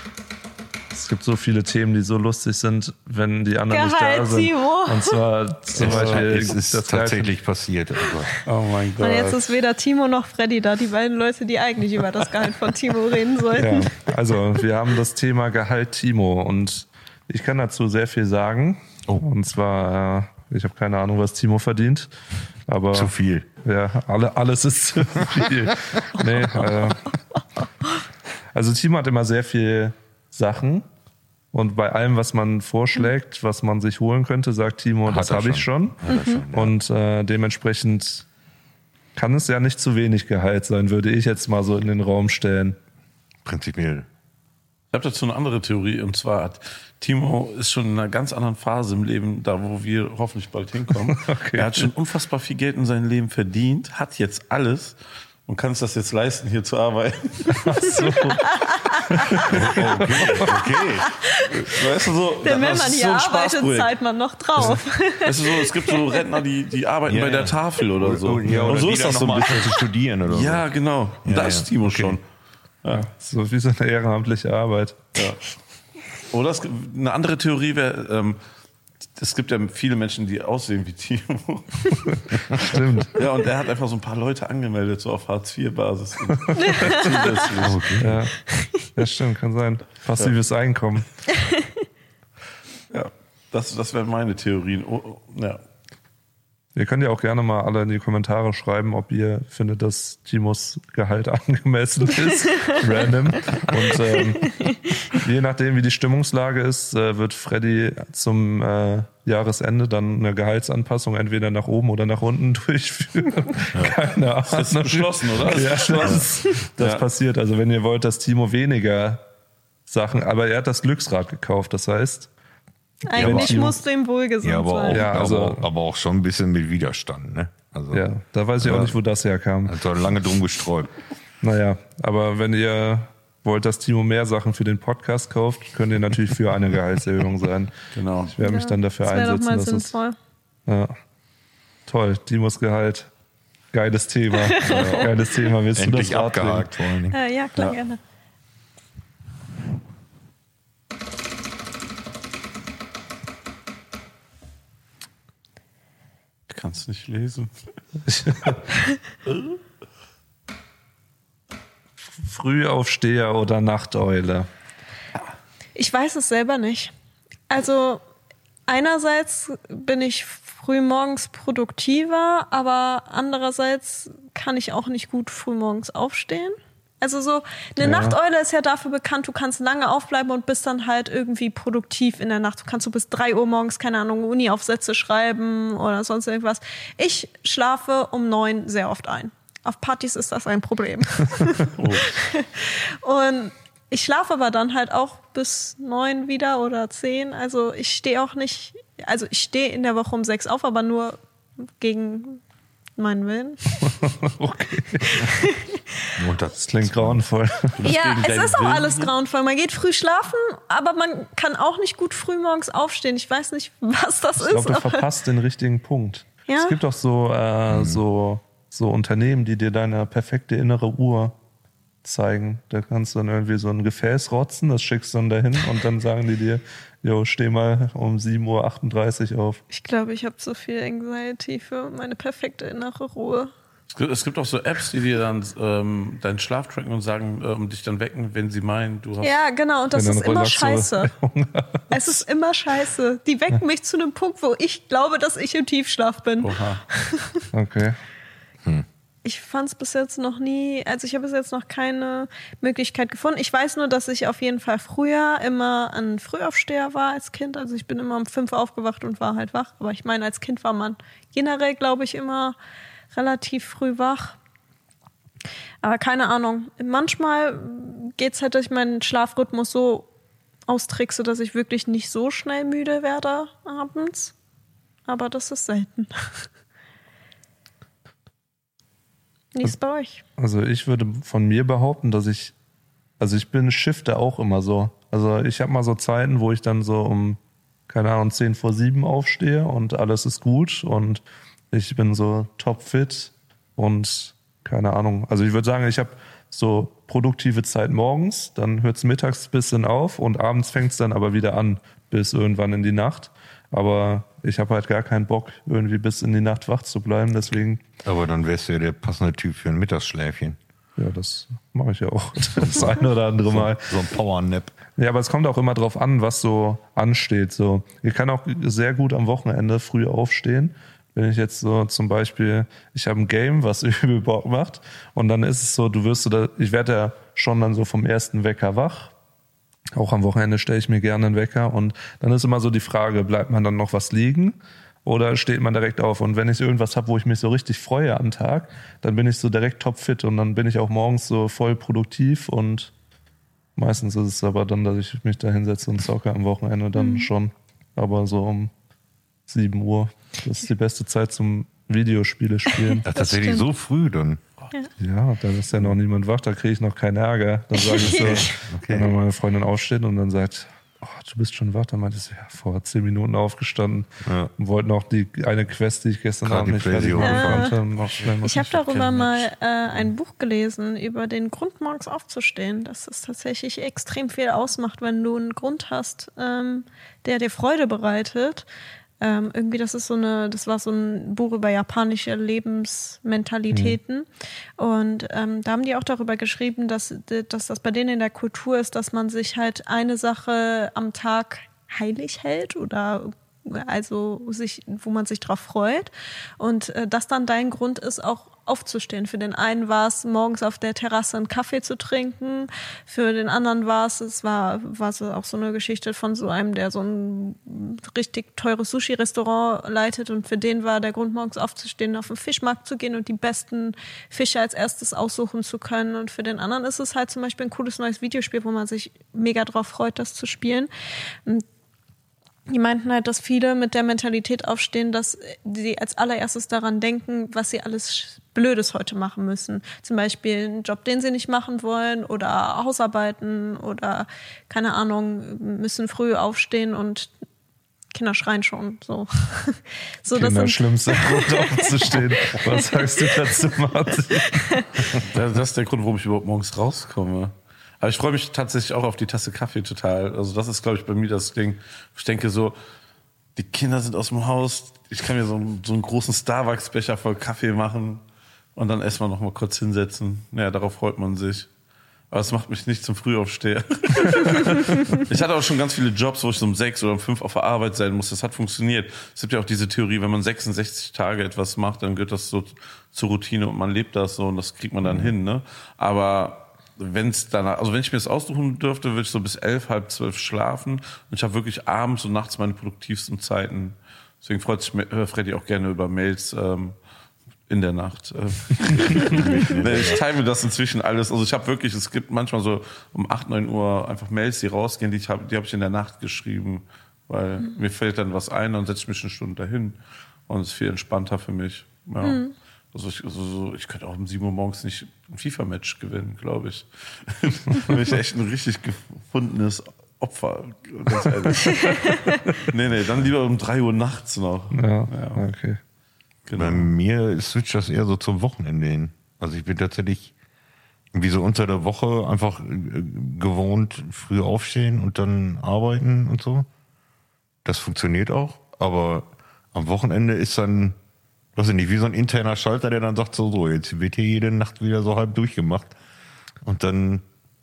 Es gibt so viele Themen, die so lustig sind, wenn die anderen Gehalt, nicht da sind. Timo. Und zwar zum Beispiel... Es ist das tatsächlich passiert. Oh, oh mein Gott. Und jetzt ist weder Timo noch Freddy da, die beiden Leute, die eigentlich über das Gehalt von Timo reden sollten. Ja, also wir haben das Thema Gehalt Timo und ich kann dazu sehr viel sagen. Oh. Und zwar, äh, ich habe keine Ahnung, was Timo verdient. Aber zu viel. Ja, alle, alles ist zu viel. Nee, äh, also Timo hat immer sehr viel Sachen und bei allem, was man vorschlägt, was man sich holen könnte, sagt Timo, das habe ich schon. Mhm. schon ja. Und äh, dementsprechend kann es ja nicht zu wenig Gehalt sein, würde ich jetzt mal so in den Raum stellen. Prinzipiell. Ich habe dazu eine andere Theorie und zwar hat Timo ist schon in einer ganz anderen Phase im Leben, da wo wir hoffentlich bald hinkommen. Okay. Er hat schon unfassbar viel Geld in seinem Leben verdient, hat jetzt alles und kann es das jetzt leisten, hier zu arbeiten. Ach so. Okay, okay. Weißt du, so, Denn wenn man hier so arbeitet, zahlt man noch drauf. Weißt du, so, es gibt so Rentner, die, die arbeiten ja, bei der ja. Tafel oder so. Ja, oder und so die ist das dann so noch ein mal bisschen. zu studieren oder so. Ja, genau. Und Ja, da ist ja. Timo Okay. schon. Ja, so wie so eine ehrenamtliche Arbeit. Ja. Oder es, eine andere Theorie wäre, ähm, es gibt ja viele Menschen, die aussehen wie Timo. Stimmt. Ja, und er hat einfach so ein paar Leute angemeldet, so auf Hartz vier Basis. Okay. Ja. Ja, stimmt, kann sein. Passives ja. Einkommen. Ja, Das, das wären meine Theorien. Oh, oh, ja. Ihr könnt ja auch gerne mal alle in die Kommentare schreiben, ob ihr findet, dass Timos Gehalt angemessen ist. Random. Und ähm, je nachdem, wie die Stimmungslage ist, äh, wird Freddy zum äh, Jahresende dann eine Gehaltsanpassung entweder nach oben oder nach unten durchführen. Ja. Keine Ahnung. Das ist beschlossen, oder? Das, ja, das, das ja. passiert. Also wenn ihr wollt, dass Timo weniger Sachen, aber er hat das Glücksrad gekauft, das heißt... Eigentlich ja, musst du ihm wohlgesonnen ja, aber sein. Auch, ja, also, aber, aber auch schon ein bisschen mit Widerstand. Ne? Also, ja, da weiß ich auch nicht, wo das herkam. Also lange drum gesträubt. Naja, aber wenn ihr wollt, dass Timo mehr Sachen für den Podcast kauft, könnt ihr natürlich für eine Gehaltserhöhung sein. Genau. Ich werde mich ja, dann dafür das einsetzen. Doch mal dass sinnvoll. Es, ja. Toll, Timos Gehalt. Geiles Thema. Ja. Geiles Thema. Willst Endlich du das abgehakt vor allen Dingen. Äh, ja, klar, ja. gerne. Kannst nicht lesen. Frühaufsteher oder Nachteule? Ich weiß es selber nicht. Also einerseits bin ich frühmorgens produktiver, aber andererseits kann ich auch nicht gut frühmorgens aufstehen. Also so eine ja. Nachteule ist ja dafür bekannt, du kannst lange aufbleiben und bist dann halt irgendwie produktiv in der Nacht. Du kannst so bis drei Uhr morgens, keine Ahnung, Uni-Aufsätze schreiben oder sonst irgendwas. Ich schlafe um neun sehr oft ein. Auf Partys ist das ein Problem. oh. Und ich schlafe aber dann halt auch bis neun wieder oder zehn. Also ich stehe auch nicht, also ich stehe in der Woche um sechs auf, aber nur gegen meinen Willen. Okay. Und das klingt grauenvoll. Ja, es ist auch alles grauenvoll. Man geht früh schlafen, aber man kann auch nicht gut früh morgens aufstehen. Ich weiß nicht, was das ich ist. Ich glaube, du verpasst den richtigen Punkt. Ja? Es gibt auch so, äh, mhm. so, so Unternehmen, die dir deine perfekte innere Uhr zeigen. Da kannst du dann irgendwie so ein Gefäß rotzen, das schickst du dann dahin und dann sagen die dir, jo, steh mal um sieben Uhr achtunddreißig auf. Ich glaube, ich habe so viel Anxiety für meine perfekte innere Ruhe. Es gibt auch so Apps, die dir dann ähm, deinen Schlaf tracken und sagen, ähm, dich dann wecken, wenn sie meinen, du hast... Ja, genau, und das ist immer scheiße. Es ist immer scheiße. Die wecken mich zu einem Punkt, wo ich glaube, dass ich im Tiefschlaf bin. Oha. Okay. Hm. Ich fand es bis jetzt noch nie, also ich habe bis jetzt noch keine Möglichkeit gefunden. Ich weiß nur, dass ich auf jeden Fall früher immer ein Frühaufsteher war als Kind. Also ich bin immer um fünf aufgewacht und war halt wach. Aber ich meine, als Kind war man generell, glaube ich, immer relativ früh wach. Aber keine Ahnung. Manchmal geht es halt, dass ich meinen Schlafrhythmus so austrickse, dass ich wirklich nicht so schnell müde werde abends. Aber das ist selten. Wie ist es bei euch? Also ich würde von mir behaupten, dass ich, also ich bin shifte auch immer so. Also ich habe mal so Zeiten, wo ich dann so um, keine Ahnung, zehn vor sieben aufstehe und alles ist gut und ich bin so topfit und keine Ahnung. Also ich würde sagen, ich habe so produktive Zeit morgens, dann hört es mittags ein bisschen auf und abends fängt es dann aber wieder an bis irgendwann in die Nacht. Aber ich habe halt gar keinen Bock, irgendwie bis in die Nacht wach zu bleiben, deswegen... Aber dann wärst du ja der passende Typ für ein Mittagsschläfchen. Ja, das mache ich ja auch das eine oder andere Mal. So, so ein Powernap. Ja, aber es kommt auch immer drauf an, was so ansteht. So, ich kann auch sehr gut am Wochenende früh aufstehen. Wenn ich jetzt so zum Beispiel, ich habe ein Game, was übel Bock macht und dann ist es so, du wirst so, da, ich werde ja schon dann so vom ersten Wecker wach. Auch am Wochenende stelle ich mir gerne einen Wecker und dann ist immer so die Frage, bleibt man dann noch was liegen oder steht man direkt auf? Und wenn ich irgendwas habe, wo ich mich so richtig freue am Tag, dann bin ich so direkt topfit und dann bin ich auch morgens so voll produktiv und meistens ist es aber dann, dass ich mich da hinsetze und zocke am Wochenende dann mhm. schon. Aber so um sieben Uhr, das ist die beste Zeit zum Videospiele spielen. Ach, tatsächlich so früh dann? Ja. ja, dann ist ja noch niemand wach, da kriege ich noch keinen Ärger. Dann sage ich so, okay. Wenn dann meine Freundin aufsteht und dann sagt, oh, du bist schon wach, dann meinte ich so, ja, vor zehn Minuten aufgestanden ja. und wollte noch die eine Quest, die ich gestern Abend nicht fertig gemacht habe. Noch schnell ich habe darüber mal äh, ein Buch gelesen, über den Grund, morgens aufzustehen, dass es tatsächlich extrem viel ausmacht, wenn du einen Grund hast, ähm, der dir Freude bereitet. Ähm, irgendwie, das ist so eine, das war so ein Buch über japanische Lebensmentalitäten. Mhm. Und ähm, da haben die auch darüber geschrieben, dass, dass das bei denen in der Kultur ist, dass man sich halt eine Sache am Tag heilig hält oder also sich, wo man sich drauf freut. Und äh, das dann dein Grund ist, auch aufzustehen. Für den einen war es, morgens auf der Terrasse einen Kaffee zu trinken. Für den anderen war es, es war, war so auch so eine Geschichte von so einem, der so ein richtig teures Sushi-Restaurant leitet. Und für den war der Grund, morgens aufzustehen, auf den Fischmarkt zu gehen und die besten Fische als erstes aussuchen zu können. Und für den anderen ist es halt zum Beispiel ein cooles neues Videospiel, wo man sich mega drauf freut, das zu spielen. Und die meinten halt, dass viele mit der Mentalität aufstehen, dass sie als allererstes daran denken, was sie alles Blödes heute machen müssen. Zum Beispiel einen Job, den sie nicht machen wollen oder Hausarbeiten oder, keine Ahnung, müssen früh aufstehen und Kinder schreien schon. So. so Kinder, das schlimmster Grund aufzustehen. Was sagst du dazu, Martin? Das ist der Grund, warum ich überhaupt morgens rauskomme. Aber ich freue mich tatsächlich auch auf die Tasse Kaffee total. Also das ist, glaube ich, bei mir das Ding. Ich denke so, die Kinder sind aus dem Haus. Ich kann mir so, so einen großen Starbucks-Becher voll Kaffee machen und dann erstmal noch mal kurz hinsetzen. Ja, darauf freut man sich. Aber es macht mich nicht zum Frühaufsteher. Ich hatte auch schon ganz viele Jobs, wo ich so um sechs oder um fünf auf der Arbeit sein muss. Das hat funktioniert. Es gibt ja auch diese Theorie, wenn man sechsundsechzig Tage etwas macht, dann gehört das so zur Routine und man lebt das so und das kriegt man dann mhm. hin. Ne? Aber wenn es danach, also wenn ich mir das aussuchen dürfte, würde ich so bis elf, halb zwölf schlafen. Und ich habe wirklich abends und nachts meine produktivsten Zeiten. Deswegen freut sich Freddy auch gerne über Mails ähm, in der Nacht. Ich teile mir das inzwischen alles. Also ich habe wirklich, es gibt manchmal so um acht, neun Uhr einfach Mails, die rausgehen, die, ich hab, die habe ich in der Nacht geschrieben, weil mhm. mir fällt dann was ein, dann setze ich mich eine Stunde dahin und es ist viel entspannter für mich. Ja. Mhm. Also ich, also so, ich könnte auch um sieben Uhr morgens nicht ein FIFA-Match gewinnen, glaube ich. Da bin ich echt ein richtig gefundenes Opfer, ganz ehrlich. nee, nee, dann lieber um drei Uhr nachts noch. Ja, ja. Okay. Genau. Bei mir switcht das eher so zum Wochenende hin. Also ich bin tatsächlich irgendwie so unter der Woche einfach gewohnt, früh aufstehen und dann arbeiten und so. Das funktioniert auch, aber am Wochenende ist dann, weiß ich nicht, wie so ein interner Schalter, der dann sagt, so, so, jetzt wird hier jede Nacht wieder so halb durchgemacht. Und dann...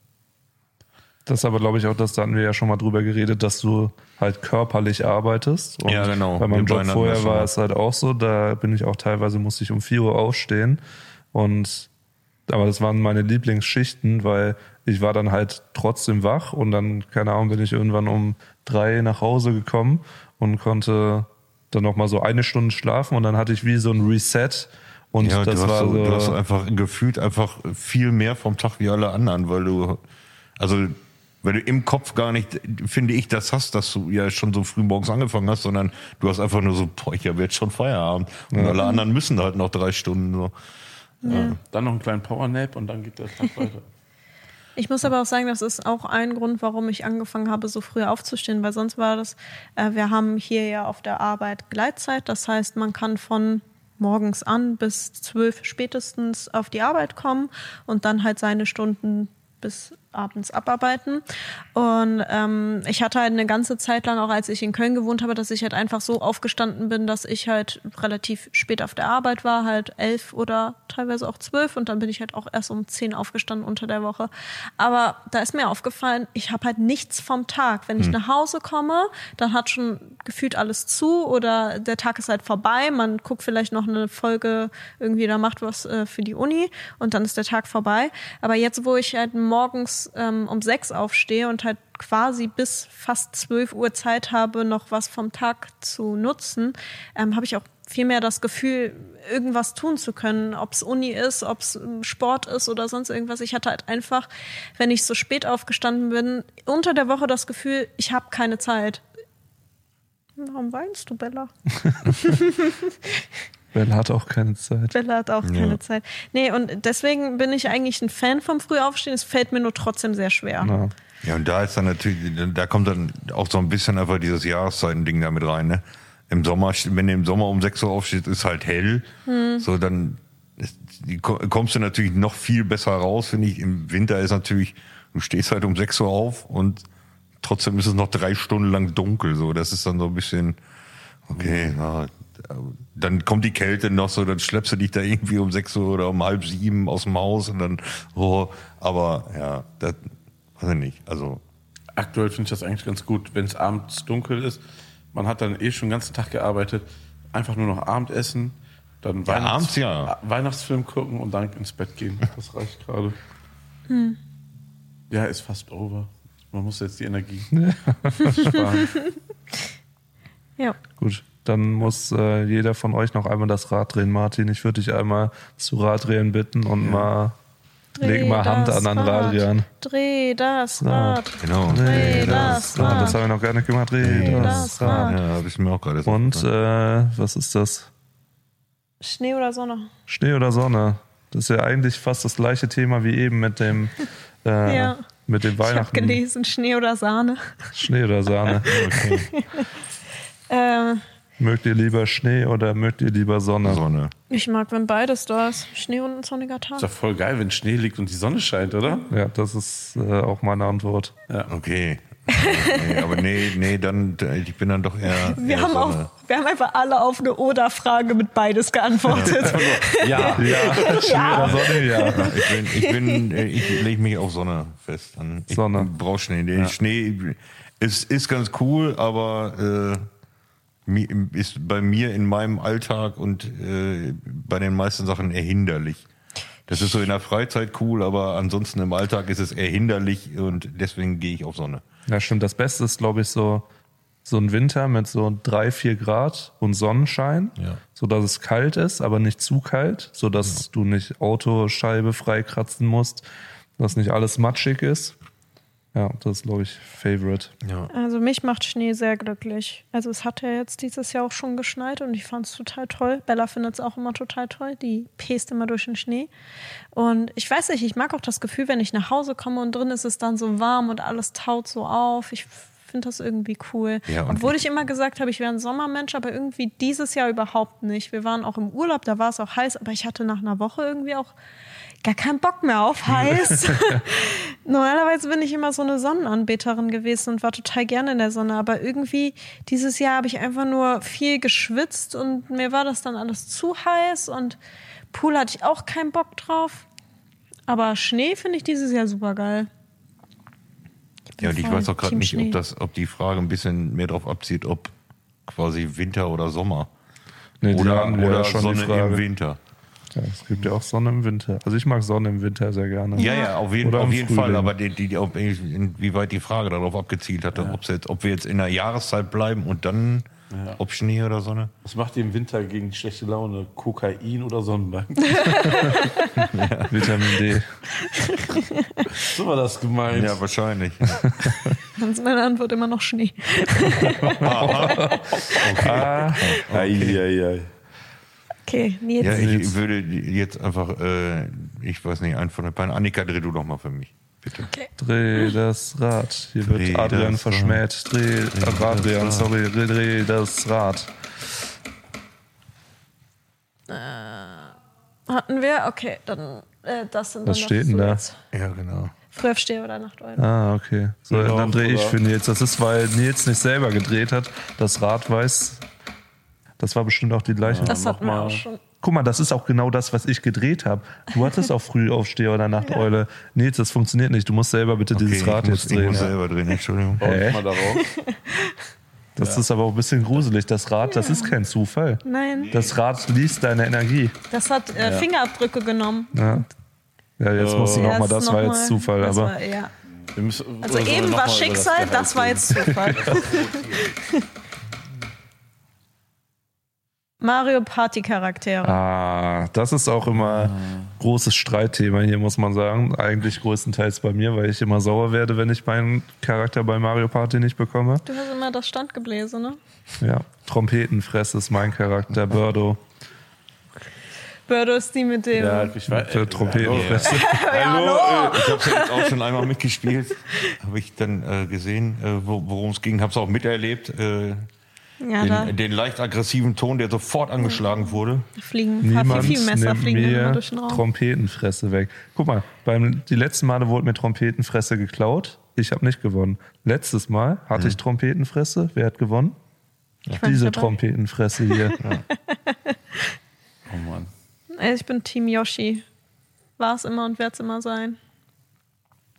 Das ist aber, glaube ich, auch, das, da hatten wir ja schon mal drüber geredet, dass du halt körperlich arbeitest. Und ja, genau. Bei meinem Job vorher war es halt auch so, da bin ich auch teilweise, musste ich um vier Uhr aufstehen. Und, aber das waren meine Lieblingsschichten, weil ich war dann halt trotzdem wach und dann, keine Ahnung, bin ich irgendwann um drei nach Hause gekommen und konnte dann noch mal so eine Stunde schlafen und dann hatte ich wie so ein Reset. Und ja, das du war hast so, so, du hast einfach gefühlt einfach viel mehr vom Tag wie alle anderen, weil du, also, weil du im Kopf gar nicht, finde ich, das hast, dass du ja schon so früh morgens angefangen hast, sondern du hast einfach nur so, boah, ich habe jetzt schon Feierabend. Und ja. alle anderen müssen halt noch drei Stunden so. Ja. Ja. Dann noch einen kleinen Powernap und dann geht der Tag weiter. Ich muss aber auch sagen, das ist auch ein Grund, warum ich angefangen habe, so früh aufzustehen, weil sonst war das, äh, wir haben hier ja auf der Arbeit Gleitzeit, das heißt, man kann von morgens an bis zwölf spätestens auf die Arbeit kommen und dann halt seine Stunden bis abends abarbeiten. Und ähm, ich hatte halt eine ganze Zeit lang, auch als ich in Köln gewohnt habe, dass ich halt einfach so aufgestanden bin, dass ich halt relativ spät auf der Arbeit war, halt elf oder teilweise auch zwölf und dann bin ich halt auch erst um zehn aufgestanden unter der Woche. Aber da ist mir aufgefallen, ich habe halt nichts vom Tag. Wenn ich hm. nach Hause komme, dann hat schon gefühlt alles zu oder der Tag ist halt vorbei. Man guckt vielleicht noch eine Folge irgendwie, da macht was äh, für die Uni und dann ist der Tag vorbei. Aber jetzt, wo ich halt morgens ähm, um sechs aufstehe und halt quasi bis fast zwölf Uhr Zeit habe, noch was vom Tag zu nutzen, ähm, habe ich auch viel mehr das Gefühl, irgendwas tun zu können, ob es Uni ist, ob es Sport ist oder sonst irgendwas. Ich hatte halt einfach, wenn ich so spät aufgestanden bin, unter der Woche das Gefühl, ich habe keine Zeit. Warum weinst du, Bella? Bella hat auch keine Zeit. Bella hat auch ja. keine Zeit. Nee, und deswegen bin ich eigentlich ein Fan vom Frühaufstehen. Es fällt mir nur trotzdem sehr schwer. Ja. ja, und da ist dann natürlich, da kommt dann auch so ein bisschen einfach dieses Jahreszeiten-Ding da mit rein, ne? Im Sommer, wenn du im Sommer um sechs Uhr aufstehst, ist halt hell. Hm. So, dann kommst du natürlich noch viel besser raus, finde ich. Im Winter ist natürlich, du stehst halt um sechs Uhr auf und trotzdem ist es noch drei Stunden lang dunkel. So, das ist dann so ein bisschen, okay, ja, dann kommt die Kälte noch so, dann schleppst du dich da irgendwie um sechs Uhr oder um halb sieben aus dem Haus und dann, oh, aber ja, das weiß ich nicht. Also aktuell finde ich das eigentlich ganz gut, wenn es abends dunkel ist. man hat dann eh schon den ganzen Tag gearbeitet, einfach nur noch Abendessen, dann ja, Weihnachts- abends, ja. Weihnachtsfilm gucken und dann ins Bett gehen. Das reicht gerade. Hm. Ja, ist fast over. Man muss jetzt die Energie sparen. Ja. Gut, dann muss äh, jeder von euch noch einmal das Rad drehen. Martin, ich würde dich einmal zu Raddrehen bitten und ja. mal Dreh leg mal Hand an an Radrian. Dreh das Rad. Genau. Dreh das Rad. Das habe ich noch gar nicht gemacht. Dreh, Dreh das, das Rad. Rad. Ja, habe ich mir auch gerade so Und äh, was ist das? Schnee oder Sonne? Schnee oder Sonne. Das ist ja eigentlich fast das gleiche Thema wie eben mit dem, äh, ja. mit dem Weihnachten. Ich habe gelesen, Schnee oder Sahne. Schnee oder Sahne. Okay. äh, mögt ihr lieber Schnee oder mögt ihr lieber Sonne? Sonne. Ich mag, wenn beides da ist. Schnee und ein sonniger Tag. Ist doch voll geil, wenn Schnee liegt und die Sonne scheint, oder? Ja, das ist äh, auch meine Antwort. Ja. Okay. nee, aber nee, nee, dann, ich bin dann doch eher. Wir, eher haben, Sonne. auch, wir haben einfach alle auf eine Oder-Frage mit beides geantwortet. Ja, ja, Schnee oder Sonne, ja. Ich, bin, ich, bin, ich lege mich auf Sonne fest. Ich Sonne. brauche Schnee. Nee, Ja. Schnee ist, ist ganz cool, aber äh, ist bei mir in meinem Alltag und äh, bei den meisten Sachen eher hinderlich. Das ist so in der Freizeit cool, aber ansonsten im Alltag ist es eher hinderlich und deswegen gehe ich auf Sonne. Ja, stimmt. Das Beste ist, glaube ich, so, so ein Winter mit so drei, vier Grad und Sonnenschein, Ja. so dass es kalt ist, aber nicht zu kalt, so dass ja. du nicht Autoscheibe freikratzen musst, dass nicht alles matschig ist. Ja, das ist, glaube ich, Favorite. Ja. Also mich macht Schnee sehr glücklich. Also es hat ja jetzt dieses Jahr auch schon geschneit und ich fand es total toll. Bella findet es auch immer total toll. Die pest immer durch den Schnee. Und ich weiß nicht, ich mag auch das Gefühl, wenn ich nach Hause komme und drin ist es dann so warm und alles taut so auf. Ich finde das irgendwie cool. Ja, Obwohl ich immer gesagt habe, ich wäre ein Sommermensch, aber irgendwie dieses Jahr überhaupt nicht. Wir waren auch im Urlaub, da war es auch heiß, aber ich hatte nach einer Woche irgendwie auch gar keinen Bock mehr auf heiß. Normalerweise bin ich immer so eine Sonnenanbeterin gewesen und war total gerne in der Sonne. Aber irgendwie dieses Jahr habe ich einfach nur viel geschwitzt und mir war das dann alles zu heiß und Pool hatte ich auch keinen Bock drauf. Aber Schnee finde ich dieses Jahr super geil. Ja, und ich weiß auch gerade nicht, ob, das, ob die Frage ein bisschen mehr darauf abzieht, ob quasi Winter oder Sommer. Nee, oder oder ja schon Sonne die Frage. im Winter. Ja, es gibt ja auch Sonne im Winter. Also ich mag Sonne im Winter sehr gerne. Ja, ja, auf jeden, Oder auf im jeden Frühling. Fall. Aber die, die, ob, inwieweit die Frage darauf abgezielt hatte, ob's jetzt, ob wir jetzt in der Jahreszeit bleiben und dann, Ja. ob Schnee oder Sonne. Was macht ihr im Winter gegen schlechte Laune? Kokain oder Sonnenbank? Vitamin D. So war das gemeint. Ja, wahrscheinlich. Dann ist meine Antwort immer noch Schnee. Ah, Ei, ei, ei. Okay, jetzt. Ja, ich würde jetzt einfach, äh, ich weiß nicht, einen von den beiden. Annika, dreh du doch mal für mich, bitte. Okay. dreh das Rad. Hier Dreh wird Adrian das verschmäht. Dreh, das Adrian, Rad. sorry, dreh, dreh das Rad. Hatten wir? Okay, dann äh, das sind Was dann steht noch denn so da? jetzt. Ja, genau. Frühaufsteher oder Nachteule. Ah, okay. So, Genau, dann drehe ich oder? für Nils. Das ist, weil Nils nicht selber gedreht hat. Das Rad weiß, das war bestimmt auch die gleiche. Das hatten wir mal. auch schon. Guck mal, das ist auch genau das, was ich gedreht habe. Du hattest auch Frühaufsteher oder Nachteule. Nils, das funktioniert nicht. Du musst selber bitte Okay, dieses Rad ich muss, jetzt ich drehen. muss Ja. selber drehen, Entschuldigung. Baut Hä? mal darauf. Das ist aber auch ein bisschen gruselig. Das Rad, das ist kein Zufall. Nein, Das Rad liest deine Energie. das hat äh, Fingerabdrücke genommen. Ja, ja jetzt musst du Ja, nochmal, das ist war noch jetzt mal- Zufall. das Aber war, ja. Wir müssen, Also oder sollen wir eben noch war mal über Schicksal, Gehalt das war reden? jetzt Zufall. Mario Party Charaktere. Ah, das ist auch immer großes Streitthema hier, muss man sagen. Eigentlich größtenteils bei mir, weil ich immer sauer werde, wenn ich meinen Charakter bei Mario Party nicht bekomme. Du hast immer das Standgebläse, ne? Ja, Trompetenfresse ist mein Charakter, Birdo. Birdo ist die mit dem. Ja, ich weiß. Für Trompetenfresse. Hallo! Ich habe es ja jetzt auch schon einmal mitgespielt. Habe ich dann äh, gesehen, äh, wo, worum es ging. Habe es auch miterlebt. Äh, Ja, da den, den leicht aggressiven Ton, der sofort angeschlagen wurde. fliegen ein paar Niemand viel, viel Messer nimmt fliegen immer mir durch den Raum. Trompetenfresse weg. Guck mal, beim, die letzten Male wurde mir Trompetenfresse geklaut. Ich habe nicht gewonnen. Letztes Mal hatte ich Trompetenfresse. Wer hat gewonnen? Ich war Diese nicht dabei. Trompetenfresse hier. Oh Mann. Also ich bin Team Yoshi. War es immer und werde es immer sein.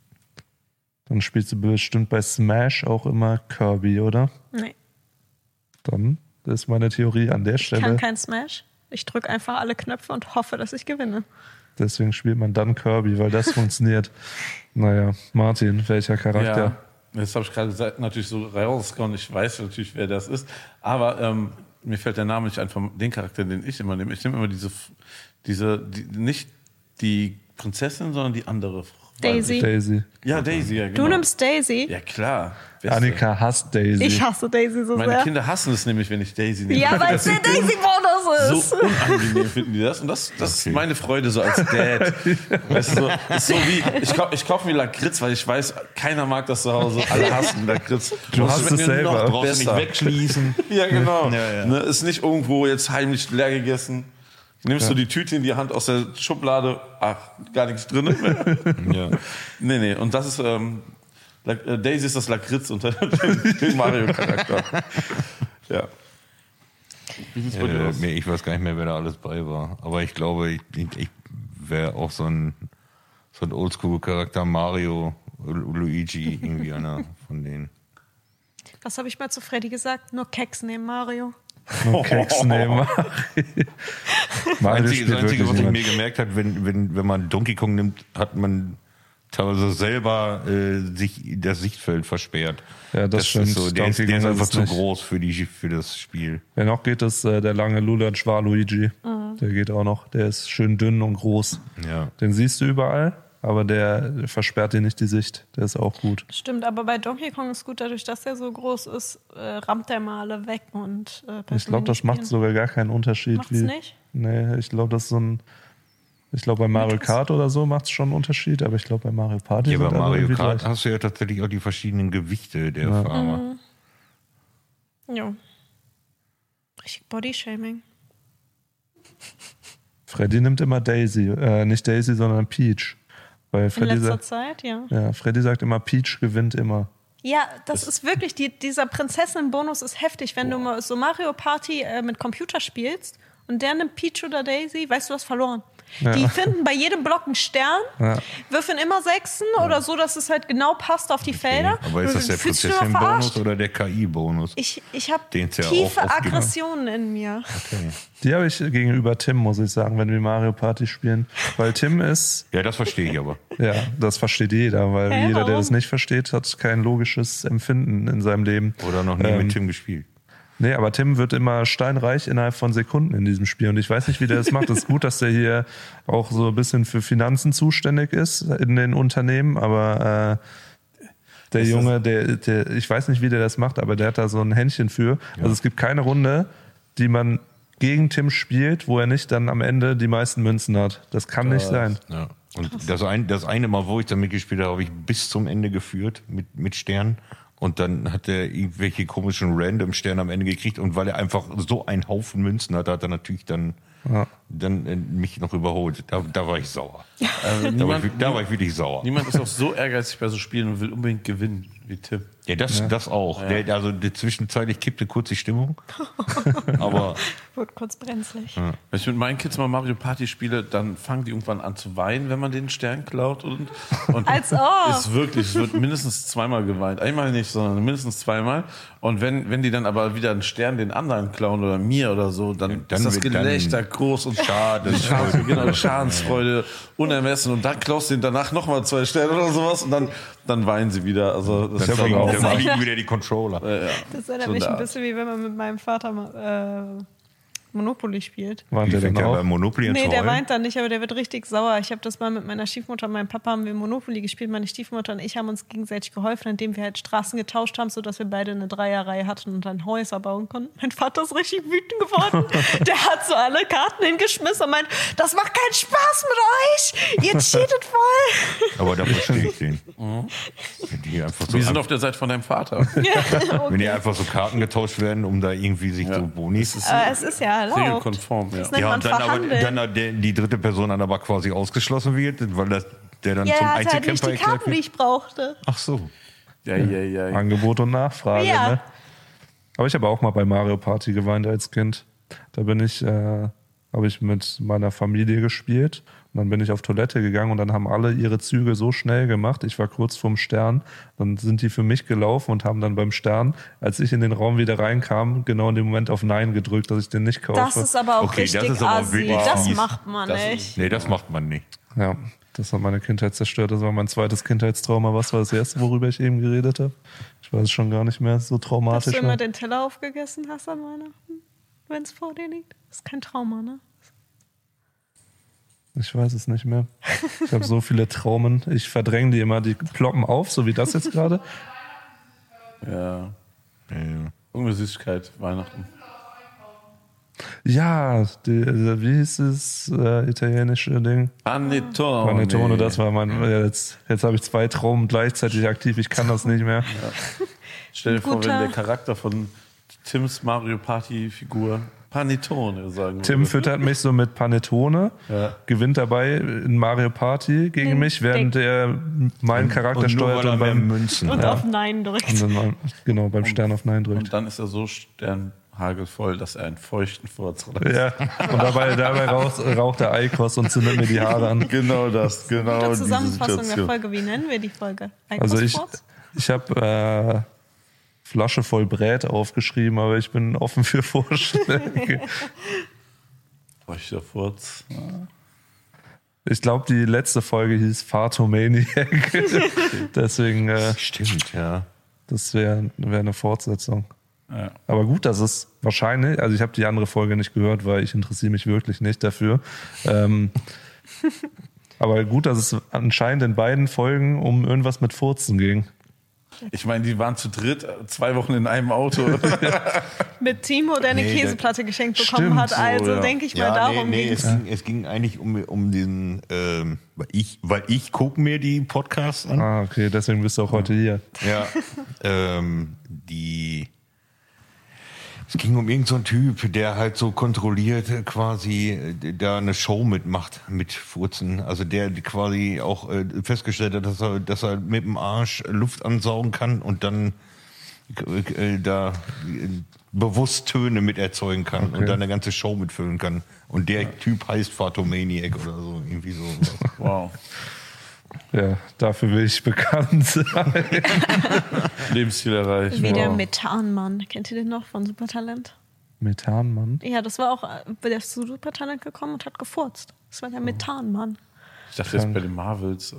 Dann spielst du bestimmt bei Smash auch immer Kirby, oder? Nee. Dann ist meine Theorie an der Stelle. Ich kann kein Smash. Ich drücke einfach alle Knöpfe und hoffe, dass ich gewinne. Deswegen spielt man dann Kirby, weil das funktioniert. Naja, Martin, welcher Charakter? Ja, jetzt habe ich gerade gesagt, natürlich so rausgekommen. Ich weiß natürlich, wer das ist. Aber ähm, mir fällt der Name nicht ein von den Charakter, den ich immer nehme. Ich nehme immer diese, diese die, nicht die Prinzessin, sondern die andere. Daisy. Daisy. Ja, Daisy, ja, genau. Du nimmst Daisy? Ja, klar. Beste. Annika hasst Daisy. Ich hasse Daisy so Meine sehr. Kinder hassen es nämlich, wenn ich Daisy nehme. Ja, weil es der Daisy-Bonus ist. So unangenehm finden die das. Und das, das okay. ist meine Freude so als Dad. Weißt du, so, ist so wie, ich, kauf, ich kaufe mir Lakritz, weil ich weiß, keiner mag das zu Hause. Alle hassen Lakritz. Du, du hast es selber. Du brauchst nicht wegschließen. Ja, genau. Ja, ja. Ne, ist nicht irgendwo jetzt heimlich leer gegessen. Nimmst ja. du die Tüte in die Hand aus der Schublade, ach, gar nichts drin mehr. Ja. Nee, nee, und das ist, ähm, Daisy ist das Lakritz unter dem Mario-Charakter. Ja. Wie sieht's bei dir aus? Äh, ich weiß gar nicht mehr, wer da alles bei war. Aber ich glaube, ich, ich wäre auch so ein, so ein Oldschool-Charakter, Mario, Luigi, irgendwie einer von denen. Was habe ich mal zu Freddy gesagt? Nur Keks neben Mario. Nur Keks nehmen. Das Einzige, das Einzige was ich mir gemerkt habe, wenn, wenn, wenn man Donkey Kong nimmt, hat man teilweise selber äh, sich das Sichtfeld versperrt. Ja, das, das stimmt. Ist so, der, ist, der ist einfach zu groß für, die, für das Spiel. Ja, noch geht es äh, der lange Lulatsch Waluigi. Mhm. Der geht auch noch. Der ist schön dünn und groß. Ja. Den siehst du überall. Aber der versperrt dir nicht die Sicht. Der ist auch gut. Stimmt, aber bei Donkey Kong ist gut, dadurch, dass er so groß ist, äh, rammt der mal alle weg. Und, äh, ich glaube, das spielen. macht sogar gar keinen Unterschied. Macht's wie, nicht? Nee, ich glaube, das ist so ein... Ich glaube, bei Mario Kart oder so macht es schon einen Unterschied, aber ich glaube, bei Mario Party... Ja, bei Mario Kart gleich. Hast du ja tatsächlich auch die verschiedenen Gewichte der ja. Fahrer. Mhm. Ja. Richtig Bodyshaming. Freddy nimmt immer Daisy. Äh, nicht Daisy, sondern Peach. Weil Freddy in letzter sagt, Zeit, ja. Ja, Freddy sagt immer, Peach gewinnt immer. Ja, das, das ist wirklich, die, dieser Prinzessinnen-Bonus ist heftig. Wenn Boah. du mal so Mario Party äh, mit Computer spielst und der nimmt Peach oder Daisy, weißt du, du hast verloren. Ja. Die finden bei jedem Block einen Stern, ja. würfeln immer Sechsen ja. oder so, dass es halt genau passt auf die okay. Felder. Aber ist das der Prinzessin-Bonus oder der K I-Bonus? Ich, ich habe tiefe ja Aggressionen in mir. Okay. Die habe ich gegenüber Tim, muss ich sagen, wenn wir Mario Party spielen. Weil Tim ist... Ja, das verstehe ich aber. Ja, das versteht jeder, weil hey, jeder, warum? der das nicht versteht, hat kein logisches Empfinden in seinem Leben. Oder noch nie ähm, mit Tim gespielt. Nee, aber Tim wird immer steinreich innerhalb von Sekunden in diesem Spiel. Und ich weiß nicht, wie der das macht. Es ist gut, dass der hier auch so ein bisschen für Finanzen zuständig ist in den Unternehmen. Aber äh, der ist Junge, der, der, ich weiß nicht, wie der das macht, aber der hat da so ein Händchen für. Ja. Also es gibt keine Runde, die man gegen Tim spielt, wo er nicht dann am Ende die meisten Münzen hat. Das kann das, nicht sein. Ja. Und das, ein, das eine Mal, wo ich da mitgespielt habe, habe ich bis zum Ende geführt mit, mit Sternen. Und dann hat er irgendwelche komischen Random-Sterne am Ende gekriegt. Und weil er einfach so einen Haufen Münzen hatte, hat er natürlich dann, ja. dann äh, mich noch überholt. Da, da war ich sauer. Also da, niemand, war ich, da war ich wirklich sauer. Niemand ist auch so ehrgeizig bei so Spielen und will unbedingt gewinnen wie Tim. Ja, das, ja. das auch. Ja. Der, also der, zwischenzeitlich kippte kurz die Stimmung. Aber wird kurz brenzlig. Ja. Wenn ich mit meinen Kids mal Mario Party spiele, dann fangen die irgendwann an zu weinen, wenn man den Stern klaut. Und, und als ob. Ist wirklich, es wird mindestens zweimal geweint. Einmal nicht, sondern mindestens zweimal. Und wenn, wenn die dann aber wieder einen Stern den anderen klauen oder mir oder so, dann, ja, dann ist das Gelächter groß und Schadensfreude. Genau, Schadensfreude, unermessen. Und dann klaust du danach nochmal zwei Sterne oder sowas und dann, dann weinen sie wieder. Also das dann fliegen, dann fliegen wieder die Controller. Ja, ja. Das erinnert so mich ein bisschen wie wenn man mit meinem Vater äh, Monopoly spielt. Weint der denn auch? Bei Monopoly nee, der weint dann nicht, aber der wird richtig sauer. Ich habe das mal mit meiner Stiefmutter und meinem Papa haben wir Monopoly gespielt. Meine Stiefmutter und ich haben uns gegenseitig geholfen, indem wir halt Straßen getauscht haben, sodass wir beide eine Dreierreihe hatten und dann Häuser bauen konnten. Mein Vater ist richtig wütend geworden. Der hat so alle Karten hingeschmissen und meint, das macht keinen Spaß mit euch. Ihr cheatet voll. Aber da verstehe ich den. Mhm. Die einfach so wir sind auf der Seite von deinem Vater. Ja, okay. Wenn die einfach so Karten getauscht werden, um da irgendwie sich ja. so Bonis... Aber es ist ja erlaubt. Regelkonform, ja. Das nennt ja, man und dann aber verhandeln. dann der, die dritte Person dann aber quasi ausgeschlossen wird, weil das, der dann ja, zum halt Einzelkämpfer nicht die Karten, die ich brauchte. Ach so. Ja, ja, ja, ja. Angebot und Nachfrage. Ja. Ne? Aber ich habe auch mal bei Mario Party geweint als Kind. Da bin ich, äh, habe ich mit meiner Familie gespielt. Und dann bin ich auf Toilette gegangen und dann haben alle ihre Züge so schnell gemacht. Ich war kurz vorm Stern. Dann sind die für mich gelaufen und haben dann beim Stern, als ich in den Raum wieder reinkam, genau in dem Moment auf Nein gedrückt, dass ich den nicht kaufe. Das ist aber auch okay, richtig das assi. Wow. Das macht man das nicht. Ist, nee, das macht man nicht. Ja, das hat meine Kindheit zerstört. Das war mein zweites Kindheitstrauma. Was war das erste, worüber ich eben geredet habe? Ich weiß es schon gar nicht mehr. So traumatisch. Dass du immer war. den Teller aufgegessen hast an Weihnachten, wenn es vor dir liegt? Das ist kein Trauma, ne? Ich weiß es nicht mehr. Ich habe so viele Traumen. Ich verdränge die immer. Die ploppen auf, so wie das jetzt gerade. Ja. ja. Irgendeine Süßigkeit, Weihnachten. Ja, die, wie hieß das äh, italienische Ding? Panettone. Panettone, das war mein. Jetzt, jetzt habe ich zwei Traumen gleichzeitig aktiv. Ich kann das nicht mehr. Ja. Stell dir vor, wenn der Charakter von Tims Mario Party-Figur Panettone sagen Tim würde. Füttert mich so mit Panettone, ja. gewinnt dabei in Mario Party gegen nee, mich, während er meinen Charakter und steuert und beim Münzen. Und ja. auf Nein drückt. Und dann, genau, beim und, Stern auf Nein drückt. Und dann ist er so sternhagelvoll, dass er einen feuchten Furz hat. Ja, und dabei, dabei raucht, raucht der Eikos und zündet mir die Haare an. Genau das, genau. Gute Zusammenfassung der Folge, wie nennen wir die Folge? Eikos also ich, ich habe... Äh, Flasche voll Brät aufgeschrieben, aber ich bin offen für Vorschläge. Feuchter Furz. Ja. Ich glaube, die letzte Folge hieß Fatomaniac. Deswegen. Äh, Stimmt, ja. Das wäre wär eine Fortsetzung. Ja. Aber gut, das ist wahrscheinlich. Also, ich habe die andere Folge nicht gehört, weil ich interessiere mich wirklich nicht dafür. Ähm, aber gut, dass es anscheinend in beiden Folgen um irgendwas mit Furzen ging. Ich meine, die waren zu dritt, zwei Wochen in einem Auto. Mit Timo, der eine nee, Käseplatte geschenkt bekommen stimmt, hat. Also so, ja. denke ich mal, ja, darum nee, nee, es, ging, es ging eigentlich um, um den, ähm, weil ich, weil ich gucke mir die Podcasts an. Ah, okay, deswegen bist du auch heute hier. Ja, ähm, die... Es ging um irgendeinen so Typ, der halt so kontrolliert quasi da eine Show mitmacht mit Furzen. Also der quasi auch äh, festgestellt hat, dass er, dass er mit dem Arsch Luft ansaugen kann und dann äh, da äh, bewusst Töne mit erzeugen kann okay. und dann eine ganze Show mitfüllen kann. Und der ja. Typ heißt Fatomaniac oder so, irgendwie so. Wow. Ja, dafür will ich bekannt sein. Lebensziel erreicht. Wie der wow. Methanmann. Kennt ihr den noch von Supertalent? Methanmann? Ja, das war auch, der ist zu Supertalent gekommen und hat gefurzt. Das war der oh. Methanmann. Ich dachte jetzt bei den Marvels.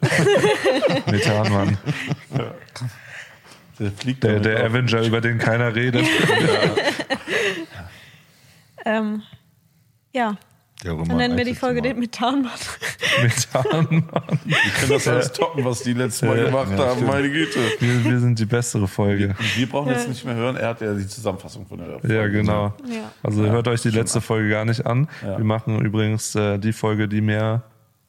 Methanmann. Ja. Der fliegt Der, der Avenger, über den keiner redet. ja. ähm, ja. Dann nennen wir die Folge den Methanmann. Methanmann. Wir können das alles toppen, was die letztes Mal gemacht ja, haben, meine Güte. Wir, wir sind die bessere Folge. Wir, wir brauchen jetzt nicht mehr hören, er hat ja die Zusammenfassung von der Folge. Ja, genau. Ja. Also ja, hört euch die letzte Folge gar nicht an. Ja. Wir machen übrigens äh, die Folge, die mehr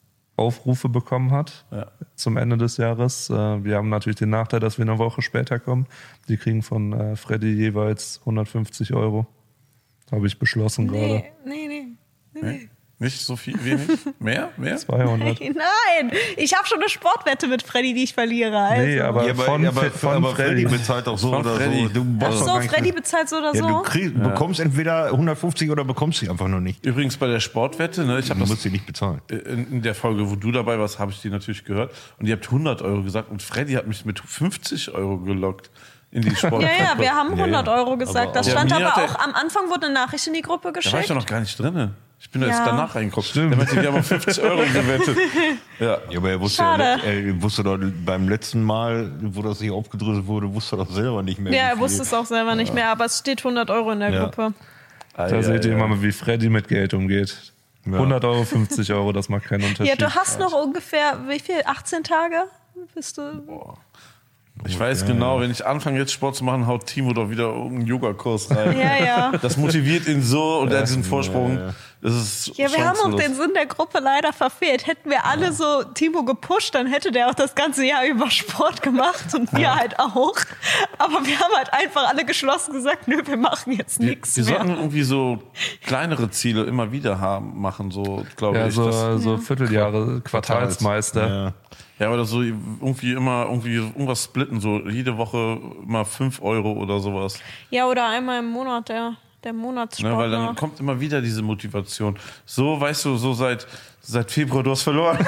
Aufrufe bekommen hat ja. zum Ende des Jahres. Äh, wir haben natürlich den Nachteil, dass wir eine Woche später kommen. Die kriegen von äh, Freddy jeweils hundertfünfzig Euro. Habe ich beschlossen nee, gerade. Nee, nee. Nee? Nicht so viel, wenig? Mehr? Mehr? zweihundert. Nein, nein. Ich habe schon eine Sportwette mit Freddy, die ich verliere. Also. Nee, aber, ja, aber, von, aber, von aber Freddy bezahlt auch so von oder Freddy. so. Du Ach so, Freddy bezahlt so oder ja, so? Du krieg, ja. bekommst entweder hundertfünfzig oder bekommst sie einfach noch nicht. Übrigens bei der Sportwette, ne, ich habe das... Du musst sie nicht bezahlen. In, in der Folge, wo du dabei warst, habe ich die natürlich gehört. Und ihr habt hundert Euro gesagt und Freddy hat mich mit fünfzig Euro gelockt. In die Sport- ja, ja, wir haben hundert Euro gesagt. Aber, das stand ja, aber auch, am Anfang wurde eine Nachricht in die Gruppe geschickt. Da war ich doch noch gar nicht drin. Ich bin ja. jetzt danach reingeguckt. Stimmt. Der meinte, wir haben fünfzig Euro gewettet. Ja. ja, aber er wusste, ja, er wusste doch beim letzten Mal, wo das nicht aufgedröselt wurde, wusste er doch selber nicht mehr. Ja, er wusste es auch selber ja. nicht mehr, aber es steht hundert Euro in der ja. Gruppe. Da ja, seht ihr ja. immer, wie Freddy mit Geld umgeht. Ja. hundert Euro, fünfzig Euro, das macht keinen Unterschied. Ja, du hast noch ungefähr, wie viel, achtzehn Tage? Bist du... Boah. Ich weiß ja, genau, ja. wenn ich anfange jetzt Sport zu machen, haut Timo doch wieder irgendeinen Yoga-Kurs rein. Ja, ja. Das motiviert ihn so und ja, er hat diesen Vorsprung. Ja, ja. Das ist ja wir haben auch den Sinn der Gruppe leider verfehlt. Hätten wir alle ja. so Timo gepusht, dann hätte der auch das ganze Jahr über Sport gemacht und wir ja. halt auch. Aber wir haben halt einfach alle geschlossen gesagt, nö, wir machen jetzt nichts mehr. Wir sollten irgendwie so kleinere Ziele immer wieder haben, machen, so glaube ja, ich. So, das, so Vierteljahre, Quartalsmeister. Ja. Ja, aber das so irgendwie immer irgendwie irgendwas splitten, so jede Woche mal fünf Euro oder sowas. Ja, oder einmal im Monat der, Der Monatssportler. Ja, weil dann kommt immer wieder diese Motivation. So, weißt du, so seit, seit Februar, du hast verloren.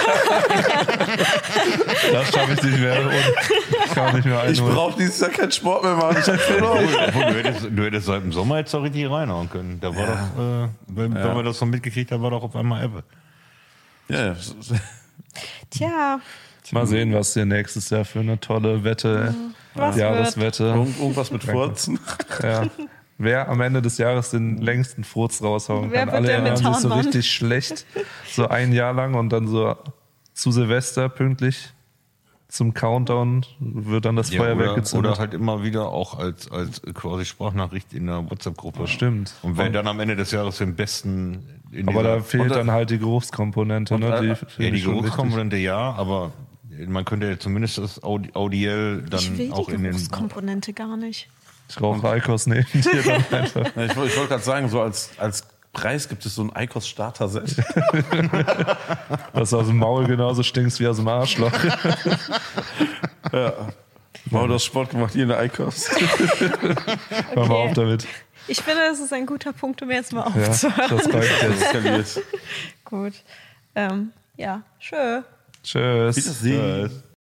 Das schaffe ich nicht mehr. Und ich kann nicht mehr ich brauche dieses Jahr keinen Sport mehr machen. Ich habe verloren. du, hättest, du hättest seit dem Sommer jetzt auch richtig reinhauen können. Da war ja. doch, äh, wenn, ja. wenn wir das so mitgekriegt haben, war doch auf einmal Ebbe. Ja. Tja. Mal sehen, was dir nächstes Jahr für eine tolle Wette, was Jahreswette. Irgend, irgendwas mit Furzen. Ja. Wer am Ende des Jahres den längsten Furz raushauen Wer kann. Alle erinnern sich so richtig schlecht. So ein Jahr lang und dann so zu Silvester pünktlich zum Countdown wird dann das ja, Feuerwerk oder, gezündet. Oder halt immer wieder auch als, als quasi Sprachnachricht in der WhatsApp-Gruppe. Stimmt. Und wer dann am Ende des Jahres den besten... In aber da fehlt dann halt die Geruchskomponente. Und, ne? Die ja, die Geruchskomponente ja, aber man könnte ja zumindest das audiell dann ich will auch die in den... Geruchskomponente gar nicht. Ich rauche Eikos neben dir dann einfach. Ja, ich wollte wollt gerade sagen, so als, als Preis gibt es so ein Eikos Starter-Set. Was aus dem Maul genauso stinkst wie aus dem Arschloch. Ja. Wow, du hast Sport gemacht hier in der Eikos. Okay. Hör mal auf damit. Ich finde, das ist ein guter Punkt, um jetzt mal Ja, aufzuhören. das reicht jetzt. Gut. Ähm, ja, schön. Tschüss. Wiedersehen.